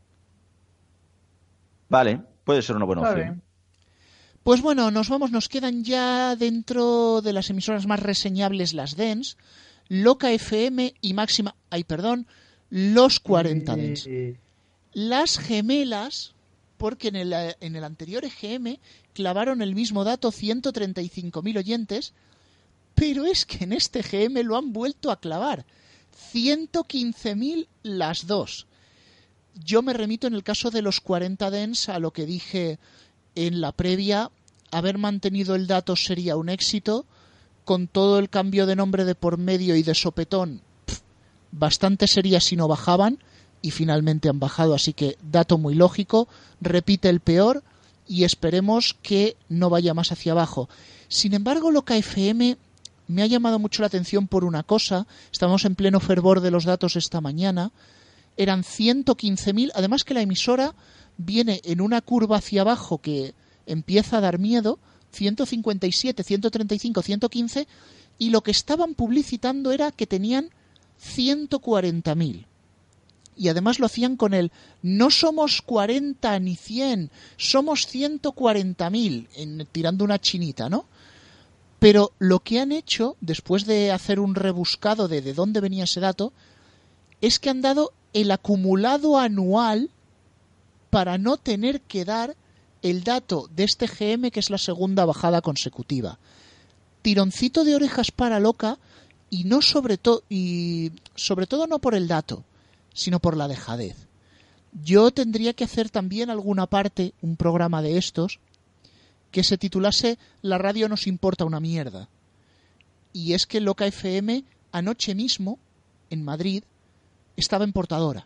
Vale, puede ser una buena Vale. opción. Pues bueno, nos vamos, nos quedan ya dentro de las emisoras más reseñables las Dance, Loca F M y Máxima, ay perdón, los cuarenta Dance. Las gemelas, porque en el, en el anterior E G M clavaron el mismo dato, ciento treinta y cinco mil oyentes, pero es que en este E G M lo han vuelto a clavar, ciento quince mil las dos. Yo me remito en el caso de los cuarenta Dance a lo que dije en la previa, haber mantenido el dato sería un éxito. Con todo el cambio de nombre de por medio y de sopetón, pff, bastante sería si no bajaban, y finalmente han bajado, así que dato muy lógico, repite el peor y esperemos que no vaya más hacia abajo. Sin embargo, Loca F M me ha llamado mucho la atención por una cosa, estamos en pleno fervor de los datos esta mañana, eran ciento quince mil, además que la emisora viene en una curva hacia abajo que empieza a dar miedo, ciento cincuenta y siete, ciento treinta y cinco, ciento quince, y lo que estaban publicitando era que tenían ciento cuarenta mil. Y además lo hacían con el no somos cuarenta ni cien, somos ciento cuarenta mil, tirando una chinita, ¿no? Pero lo que han hecho, después de hacer un rebuscado de de dónde venía ese dato, es que han dado el acumulado anual para no tener que dar el dato de este G M, que es la segunda bajada consecutiva. Tironcito de orejas para Loca, y no sobre todo y sobre todo no por el dato, sino por la dejadez. Yo tendría que hacer también alguna parte, un programa de estos, que se titulase La radio nos importa una mierda. Y es que Loca F M anoche mismo, en Madrid, estaba en portadora.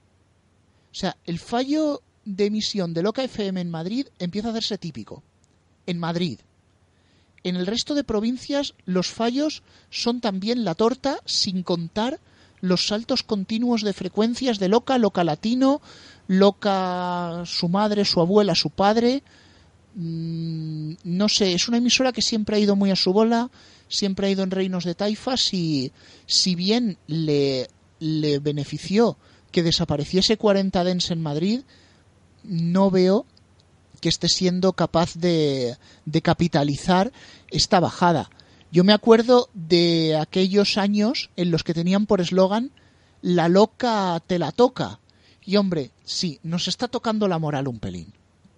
O sea, el fallo de emisión de Loca F M en Madrid empieza a hacerse típico. En Madrid. En el resto de provincias los fallos son también la torta, sin contar los saltos continuos de frecuencias de Loca, Loca Latino, Loca su madre, su abuela, su padre. Mm, no sé, es una emisora que siempre ha ido muy a su bola, siempre ha ido en reinos de taifas y si bien le, le benefició que desapareciese cuarenta Dents en Madrid, no veo que esté siendo capaz de, de capitalizar esta bajada. Yo me acuerdo de aquellos años en los que tenían por eslogan "la loca te la toca". Y hombre, sí, nos está tocando la moral un pelín.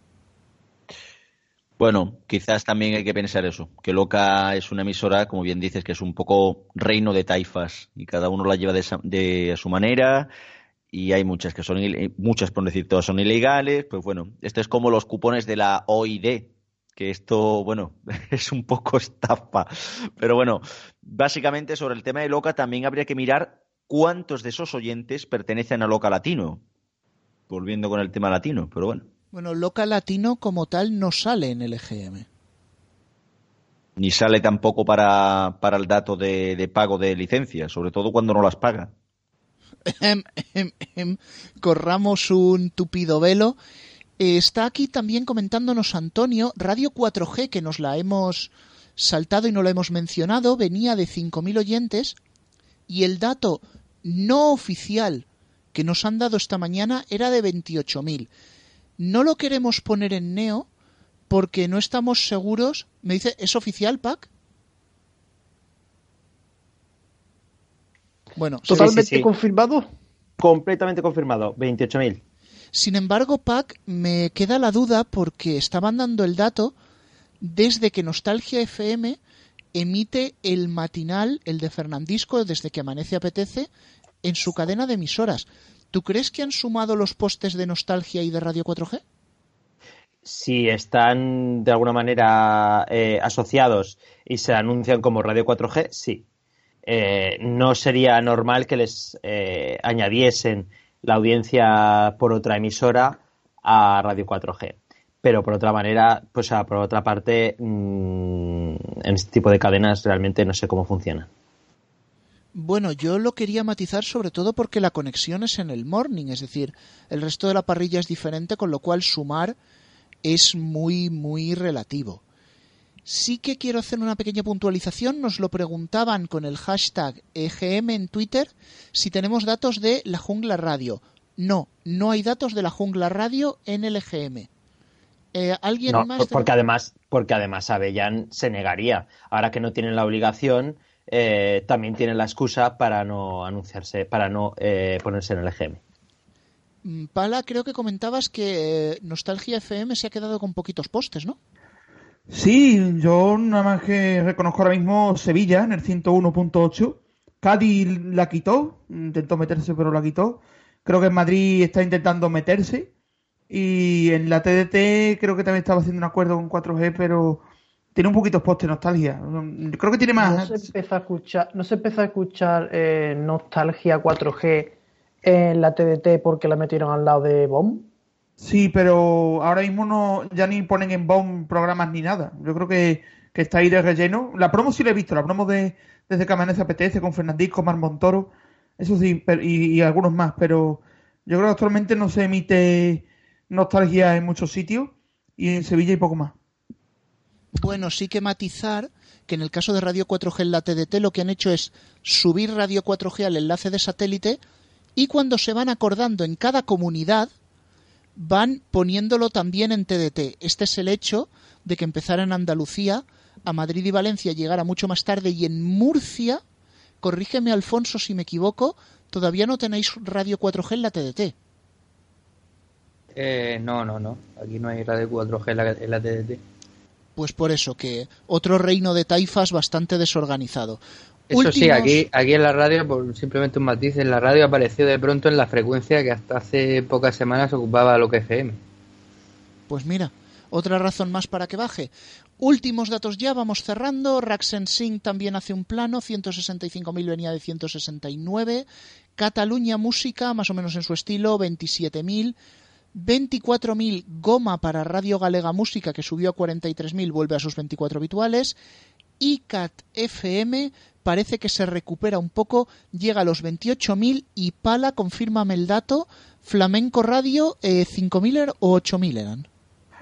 Bueno, quizás también hay que pensar eso, que Loca es una emisora, como bien dices, que es un poco reino de taifas y cada uno la lleva de, esa, de a su manera. Y hay muchas que son, muchas por decir todas son ilegales. Pues bueno, esto es como los cupones de la O I D, que esto, bueno, es un poco estafa. Pero bueno, básicamente sobre el tema de Loca también habría que mirar cuántos de esos oyentes pertenecen a Loca Latino. Volviendo con el tema latino, pero bueno. Bueno, Loca Latino como tal no sale en el E G M. Ni sale tampoco para, para el dato de, de pago de licencias, sobre todo cuando no las paga. Em, em, em, corramos un tupido velo. Eh, está aquí también comentándonos Antonio, Radio cuatro G, que nos la hemos saltado y no la hemos mencionado, venía de cinco mil oyentes y el dato no oficial que nos han dado esta mañana era de veintiocho mil. No lo queremos poner en Neo porque no estamos seguros. Me dice, ¿es oficial, Pac? Bueno, totalmente sí, sí, sí. confirmado. Completamente confirmado, veintiocho mil. Sin embargo, Pac, me queda la duda porque estaban dando el dato desde que Nostalgia F M emite el matinal, el de Fernandisco, desde que amanece apetece, en su cadena de emisoras. ¿Tú crees que han sumado los postes de Nostalgia y de Radio cuatro G? Si están de alguna manera eh, asociados y se anuncian como Radio cuatro G, sí. Eh, no sería normal que les eh, añadiesen la audiencia por otra emisora a Radio cuatro G. Pero por otra manera, pues a, por otra parte, mmm, en este tipo de cadenas realmente no sé cómo funciona. Bueno, yo lo quería matizar sobre todo porque la conexión es en el morning, es decir, el resto de la parrilla es diferente, con lo cual sumar es muy, muy relativo. Sí que quiero hacer una pequeña puntualización. Nos lo preguntaban con el hashtag E G M en Twitter si tenemos datos de La Jungla Radio. No, no hay datos de La Jungla Radio en el E G M. Eh, ¿Alguien no, más? Porque además, porque además Avellán se negaría. Ahora que no tienen la obligación, eh, también tienen la excusa para no anunciarse, para no eh, ponerse en el E G M. Pala, creo que comentabas que eh, Nostalgia F M se ha quedado con poquitos postes, ¿no? Sí, yo nada más que reconozco ahora mismo Sevilla en el ciento uno punto ocho. Cádiz la quitó, intentó meterse pero la quitó. Creo que en Madrid está intentando meterse. Y en la T D T creo que también estaba haciendo un acuerdo con cuatro G, pero tiene un poquito poste Nostalgia. Creo que tiene más. No se empezó a escuchar, no se empezó a escuchar eh, Nostalgia cuatro G en la T D T porque la metieron al lado de B O M. Sí, pero ahora mismo no, ya ni ponen en B O M programas ni nada. Yo creo que, que está ahí de relleno. La promo sí la he visto, la promo de desde que amanece apetece con Fernandisco, Mar Montoro, eso sí, pero, y, y algunos más, pero yo creo que actualmente no se emite Nostalgia en muchos sitios y en Sevilla y poco más. Bueno, sí que matizar que en el caso de Radio cuatro G en la T D T lo que han hecho es subir Radio cuatro G al enlace de satélite y cuando se van acordando en cada comunidad van poniéndolo también en T D T. Este es el hecho de que empezara en Andalucía, a Madrid y Valencia llegara mucho más tarde y en Murcia, corrígeme Alfonso si me equivoco, todavía no tenéis Radio cuatro G en la T D T. Eh, no, no, no. Aquí no hay Radio cuatro G en la, en la T D T. Pues por eso, que otro reino de taifas bastante desorganizado. Eso Últimos... sí, aquí, aquí en la radio, por simplemente un matiz, en la radio apareció de pronto en la frecuencia que hasta hace pocas semanas ocupaba lo que F M. Pues mira, otra razón más para que baje. Últimos datos ya, vamos cerrando. Raxen Singh también hace un plano, ciento sesenta y cinco mil venía de ciento sesenta y nueve. Cataluña Música, más o menos en su estilo, veintisiete mil. veinticuatro mil Goma para Radio Galega Música, que subió a cuarenta y tres mil, vuelve a sus veinticuatro habituales. I C A T F M parece que se recupera un poco, llega a los veintiocho mil y Pala, confírmame el dato, Flamenco Radio, eh, cinco mil o ocho mil eran.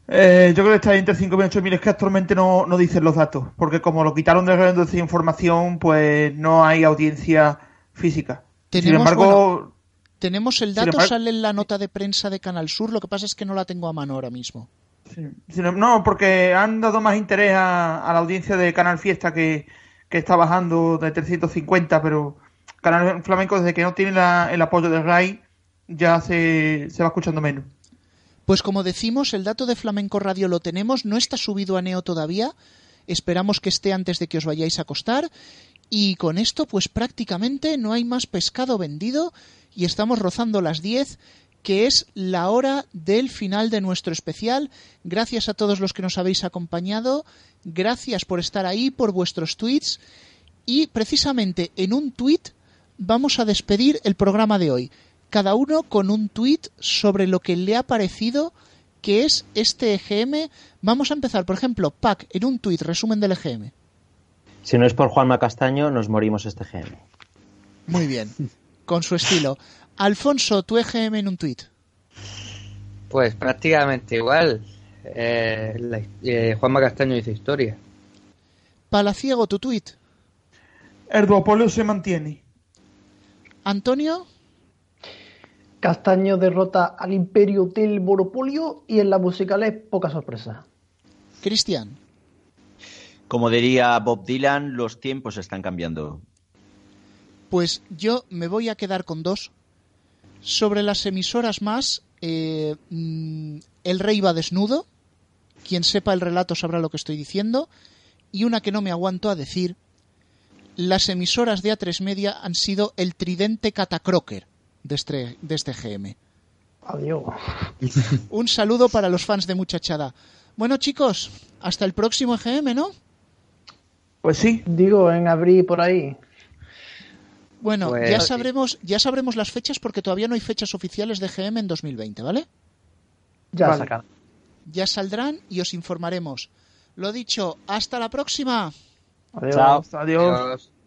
Eh, yo creo que está entre cinco mil y ocho mil, es que actualmente no, no dicen los datos, porque como lo quitaron de redes de información, pues no hay audiencia física. Tenemos, Sin embargo... bueno, tenemos el dato, embargo, sale en la nota de prensa de Canal Sur, lo que pasa es que no la tengo a mano ahora mismo. Sí. No, porque han dado más interés a, a la audiencia de Canal Fiesta, que, que está bajando de trescientos cincuenta, pero Canal Flamenco, desde que no tiene la, el apoyo de R A I, ya se, se va escuchando menos. Pues como decimos, el dato de Flamenco Radio lo tenemos, no está subido a Neo todavía, esperamos que esté antes de que os vayáis a acostar, y con esto pues prácticamente no hay más pescado vendido y estamos rozando las diez, que es la hora del final de nuestro especial. Gracias a todos los que nos habéis acompañado, gracias por estar ahí, por vuestros tweets, y precisamente en un tweet vamos a despedir el programa de hoy. Cada uno con un tuit sobre lo que le ha parecido que es este E G M. Vamos a empezar, por ejemplo, Pac, en un tuit, resumen del E G M. Si no es por Juanma Castaño, nos morimos este E G M. Muy bien, con su estilo. Alfonso, tu E G M en un tuit. Pues prácticamente igual. Eh, la, eh, Juanma Castaño dice historia. Palaciego, tu tuit. El duopolio se mantiene. Antonio. Castaño derrota al imperio del monopolio y en la musicales poca sorpresa. Cristian. Como diría Bob Dylan, los tiempos están cambiando. Pues yo me voy a quedar con dos. Sobre las emisoras más, eh, El Rey va desnudo. Quien sepa el relato sabrá lo que estoy diciendo. Y una que no me aguanto a decir. Las emisoras de A tres Media han sido el tridente catacroker de este, de este G M. Adiós. Un saludo para los fans de Muchachada. Bueno, chicos, hasta el próximo E G M, ¿no? Pues sí. Digo, en abril por ahí. Bueno, pues, ya sabremos, ya sabremos las fechas porque todavía no hay fechas oficiales de G M en dos mil veinte, ¿vale? Ya vale. sacan. Ya saldrán y os informaremos. Lo dicho, hasta la próxima. Adiós. Chao. Adiós. Adiós.